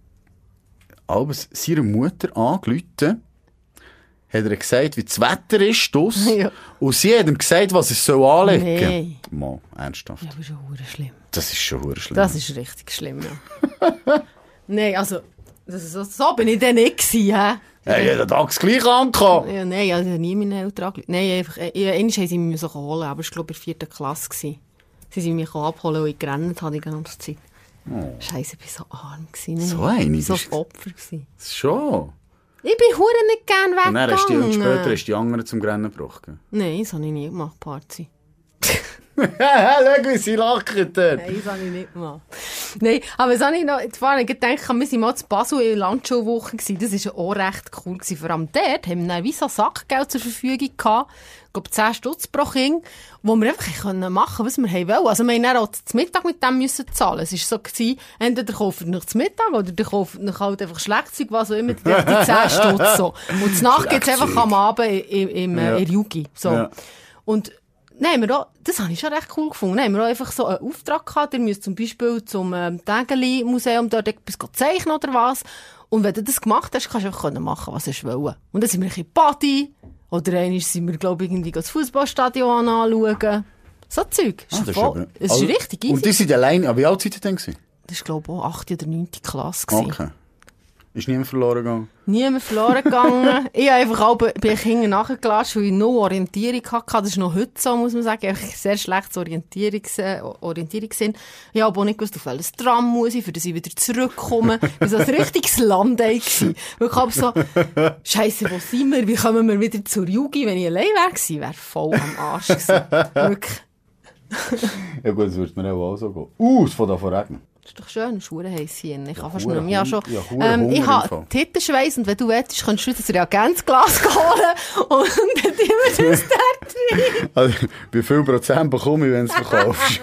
abends seiner Mutter angerufen, hat er gesagt, wie das Wetter ist draussen. Ja. Und sie hat ihm gesagt, was er soll anlegen soll. Nee. Mal, ernsthaft. Ja, aber schon hure schlimm. Das ist schon verdammt schlimm. Das ist richtig schlimm, ja. Nein, also, das, so, so bin ich dann nicht gewesen, hä? Hey, ja, der Tag gleich angekommen. Ja, nein, also nie meine Eltern angerufen. Nein, einfach, äh, einmal haben sie mich so holen, aber es war, glaube ich, in der vierten Klasse gewesen. Sie sind mich abholen, weil ich gerannt habe die ganze Zeit. Oh. Scheiße, ich war so arm gewesen. So eine? So Das ist- ein Opfer gewesen. Schon. Ich bin hure nicht gern Und dann hast du die, und weggegangen. später hast du die anderen zum Rennen gebracht. Nein, das habe ich nie gemacht, Party. Schau, wie sie lachen dort. Nein, das habe ich nicht gemacht. Nein, aber was habe ich noch, jetzt vorhin gedacht, wir waren mal zu Basel in der Landschulwoche gewesen. Das war auch recht cool gewesen. Vor allem dort haben wir dann wie so Sackgeld zur Verfügung gehabt. Ich glaube, zehn Stutz pro Kind, wo wir einfach können machen, was wir wollen. Also wir mussten dann auch zum Mittag mit dem müssen zahlen. Es war so gewesen, entweder kauft ihr noch zum Mittag oder ihr kauft noch halt einfach Schlagzeug, was auch immer, die die zehn Stutz so. Und die Nacht gibt es einfach am Abend im, im, Ja. äh, in der Jugi. So. Ja. Und Nein, haben wir auch, das habe ich schon recht cool gefunden. Dann haben wir auch einfach so einen Auftrag gehabt. Ihr müsst zum Beispiel zum ähm, Tägeli-Museum dort etwas zeichnen oder was. Und wenn du das gemacht hast, kannst du einfach machen, was du willst. Und dann sind wir ein bisschen Party. Oder einmal sind wir, glaube ich, irgendwie das Fußballstadion anschauen. So Zeug. Das Ah, ist, das ist voll, aber- es ist Also- richtig easy. Und die sind alleine, aber wie alt seid ihr denn gewesen? Das war, glaube ich, auch achte oder neunte Klasse. gewesen. Okay. Ist niemand verloren gegangen? Niemand verloren gegangen. Ich habe einfach auch bei den Kindern nachgelassen, weil ich null Orientierung hatte. Das ist noch heute so, muss man sagen. Ich habe sehr schlechtes Orientierungs äh, Orientierungssinn. Ich habe auch nicht gewusst, auf welches Tram muss ich, für das ich wieder zurückkomme. Das war so ein richtiges Landei. Weil ich habe so, Scheisse, wo sind wir? Wie kommen wir wieder zur Jugi? Wenn ich allein wäre gewesen, wäre voll am Arsch gewesen. Wirklich. Ja gut, das würde mir auch so gehen. Uh, es fängt an zu regnen. Das ist doch schön, es ist verdammt heiß hier. Ich Ja, kann fast hure nicht mehr. Ich habe Hunger- schon, ja, hure ähm, ich Hunger im habe Fall. Tittenschweiss und wenn du willst, kannst du das Reagenzglas holen und dann tun wir das dort rein. Also, wie viel Prozent bekomme ich, wenn du es verkaufst?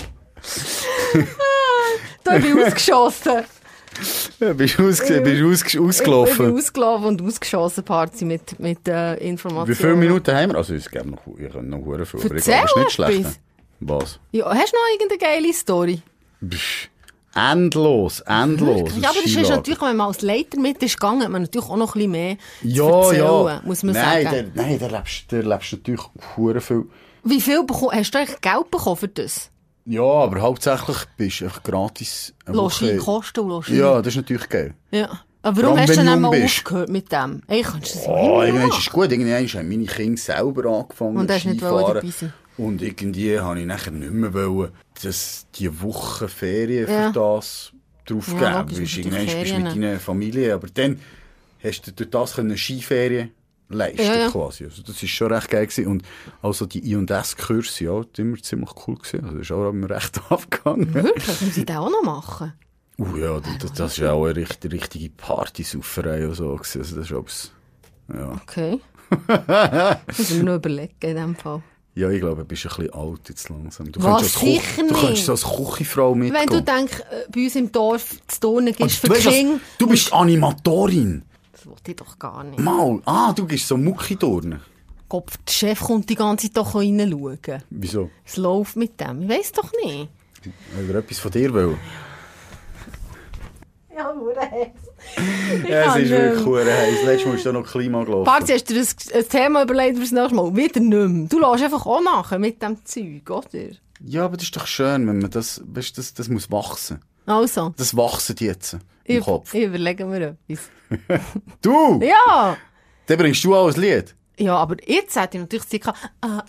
Da bin ich ausgeschossen. Ja, bist du ausge bist du ausge Ich bin ausgelaufen? ausgelaufen und ausgeschossen, Party mit, mit äh, Informationen. Wie viele Minuten haben wir? Also, es gibt noch, ich kann noch hure viel, aber ich Erzähl glaube, es ist nicht schlecht. etwas. Was? Ja, hast du noch irgendeine geile Story? Pff, endlos, endlos. Ja, aber das ist Skilager. natürlich, wenn man als Leiter mit ist gegangen, hat man natürlich auch noch ein bisschen mehr Ja, zu erzählen, ja. muss man nein, sagen. Der, nein, da lebst du lebst natürlich hure viel. Wie viel bekomm, hast du eigentlich Geld bekommen für das? Ja, aber hauptsächlich bist du einfach gratis eine Logis, Woche- Kosten und Logis. Ja, das ist natürlich geil. Ja. Aber Vor warum allem, hast du wenn dann du mal jung bist. aufgehört mit dem? Ey, kannst du das Oh, immer irgendwann machen? ist es gut. Irgendwann haben meine Kinder selber angefangen Und hast nicht Skifahren. dabei sein. Und irgendwie habe ich nachher nicht mehr wollen, dass die Woche Ferien Ja. für das draufgeben. Ja, logisch, Weil mit den irgendwann bist du Ferien. mit deiner Familie. Aber dann hast du durch das können Skiferien leisten Ja, ja. quasi. Also das ist schon recht geil gewesen. Und also die I und S-Kurse, ja, die immer ziemlich cool gewesen. Also das ist auch immer recht abgegangen. Wirklich? Muss ich das auch noch machen? Uh, ja, das, das ist ja auch eine richtig, richtige Partysauferei und so gewesen. Also das ist alles, ja. Okay. Muss ich mir noch überlegen in dem Fall. Ja, ich glaube, du bist ein bisschen alt jetzt langsam. Du Was? könntest als Koch- Sicher Du nicht. könntest so als Küchenfrau mitgehen. Wenn du denkst, äh, bei uns im Dorf zu turnen gehst für du, weißt was? Kinder, Du bist Animatorin. das wollte ich doch gar nicht. Mal. Ah, du gehst so Mucki-Turnen. Kopf, der Chef kommt die ganze Zeit doch reinschauen. Wieso? Es läuft mit dem. Ich weiss doch nicht. Weil er etwas von dir will. Ja, nur heiß. Ja, es ist wirklich cool heiß. Letztes Mal ist da noch Klima gelaufen. Parzi, hast du dir ein, ein Thema überlegt fürs nächste Mal? Wieder nicht mehr. Du lässt einfach auch nachher mit dem Zeug, oder? Ja, aber das ist doch schön, wenn man das, weißt, das, das muss wachsen. Also, Das wachsen jetzt im ich, Kopf. ich überlege mir etwas. Du! Ja! Dann bringst du auch ein Lied. Ja, aber jetzt hätte ich natürlich Zeit gehabt. Ah,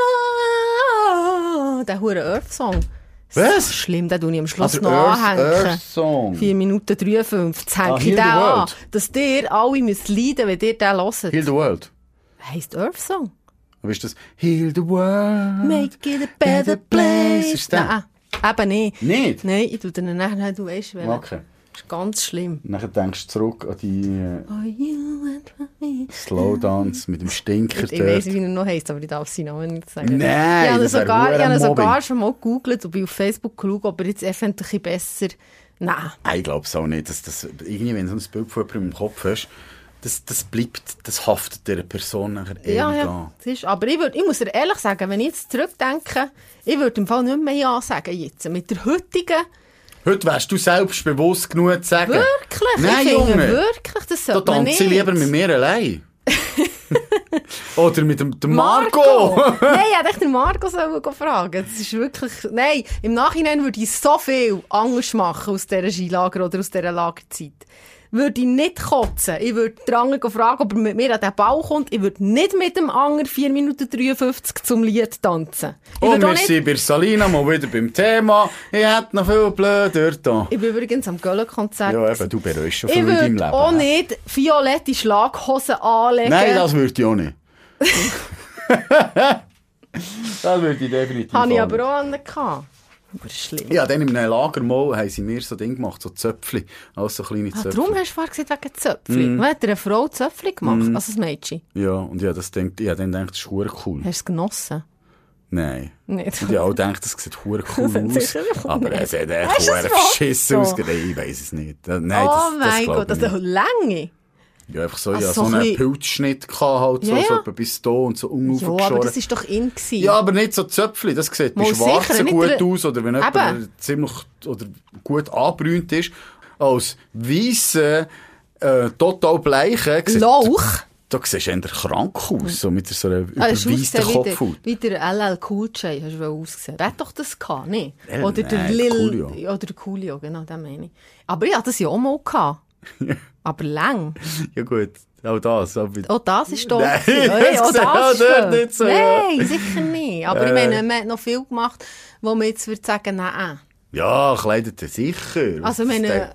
ah, der hure Earth-Song. Was? So schlimm, den tue ich am Schluss Also noch Earth, anhängen. Earth Song. vier Minuten dreiundfünfzig. Ah, Hänge ich Heal den the an. World. Dass ihr alle müsst leiden, wenn ihr den hört. Heal the World. Heisst Earth-Song? Aber ist das Heal the World? Make it a better place. Ist der? Nein, eben nicht. Nicht? Nein, ich tue den nachher, du weißt, welchen. Okay. Das ist ganz schlimm. Nachher denkst du zurück an die äh, Oh, you and me. Slowdance mit dem Stinker Ich weiss, dort. wie er noch heisst, aber ich darf seinen Namen nicht sagen. Nein, ich habe ihn das wär sogar, ich habe ihn verdammt sogar Mobbing. schon mal gegoogelt und bin auf Facebook geschaut, ob er jetzt öffentlich besser... Nein. Nein, ich glaube es auch nicht. Dass das, irgendwie, wenn du so ein Bild von jemandem im Kopf hast, das, das bleibt, das haftet dieser Person nachher ewig Ja, ja. an. Das ist, aber ich, würd, ich muss dir ehrlich sagen, wenn ich jetzt zurückdenke, ich würde im Fall nicht mehr Ja sagen jetzt. Mit der heutigen... Heute wärst du selbstbewusst genug zu sagen. Wirklich? Nein, ich finde Junge. wirklich, das Da sollte man tanze ich nicht. lieber mit mir allein. Oder mit dem, dem Marco! Marco. Nein, ich hätte den Marco sollen gehen fragen. Das ist wirklich... Nein, im Nachhinein würde ich so viel anders machen aus dieser Skilager oder aus dieser Lagerzeit. Würde ich nicht kotzen. Ich würde den anderen fragen, ob er mit mir an den Bau kommt. Ich würde nicht mit dem anderen vier Minuten dreiundfünfzig zum Lied tanzen. Ich Und würde auch wir nicht... sind bei Salina mal wieder beim Thema. Ich hätte noch viel blöder da. Ich bin übrigens am Göllen-Konzert. Ja, eben, du bereust schon Ich viel in deinem würde Leben. auch hä? nicht violette Schlaghosen anlegen. Nein, das würde ich auch nicht. Das würde ich definitiv Habe ich auch aber nicht. auch einen gehabt. Aber das ist schlimm. Ja, dann in einem Lager mal haben sie mir so Ding gemacht, so Zöpfli. Also so kleine Ah, Zöpfli. darum hast du vorher gesagt, wegen Zöpfli. Mm. Hat dir eine Frau Zöpfli gemacht? Mm. Also ein Mädchen? Ja, und ich habe das denkt, ich habe dann gedacht, das ist hure cool. Hast du es genossen? Nein. Nicht. Und ich habe auch gedacht, das sieht hure cool Das hat aus. sicher Aber nicht. es hat echt Hast du hure das Foto? verschissen ausgesehen. Ich weiss es nicht. Nein, das, oh das mein glaub Gott, ich das ist nicht. eine Länge. Ja, einfach so, Ach, ja, so so ein einen bisschen- Pilzschnitt gehabt, halt, so, Ja, so ja. etwa bis da und so Ja, aber unaufgeschoren. das war doch in. Gewesen. Ja, aber nicht so Zöpfli, das sieht bei Mal Schwarzen sicher, nicht gut der- aus, oder wenn jemand Eben. ziemlich oder gut angebrünt ist. Als weisse, äh, total bleiche, sieht- Lauch. da siehst du eher krank aus, so mit so einer Ah, hast du überweisten ausgesehen wie Kopfhaut. der, wie der L L Cool J, hast du wohl ausgesehen. Der hat doch das gehabt, nicht? Äh, Oder der nein, Lil... Coolio. Oder der Coolio, genau, den meine ich. Aber ich hatte das ja auch mal gehabt. Aber lang. Ja gut, auch das. Aber... Auch das ist doof. Nein, Hey, auch das sieht das auch dort schon. nicht so, Nein, ja. sicher nicht. Aber Äh. ich meine, man hat noch viel gemacht, wo man jetzt würde sagen, nein. Ja, Kleidete sicher. Also, ich meine...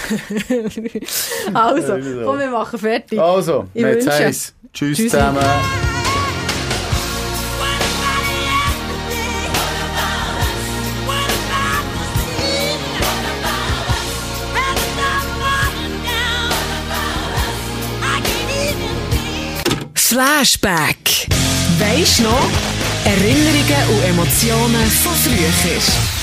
also, komm, wir machen fertig. Also, Ich jetzt wünsche- heisst, tschüss Tschüssi. zusammen. Flashback. Weisst noch? Erinnerungen und Emotionen von früher.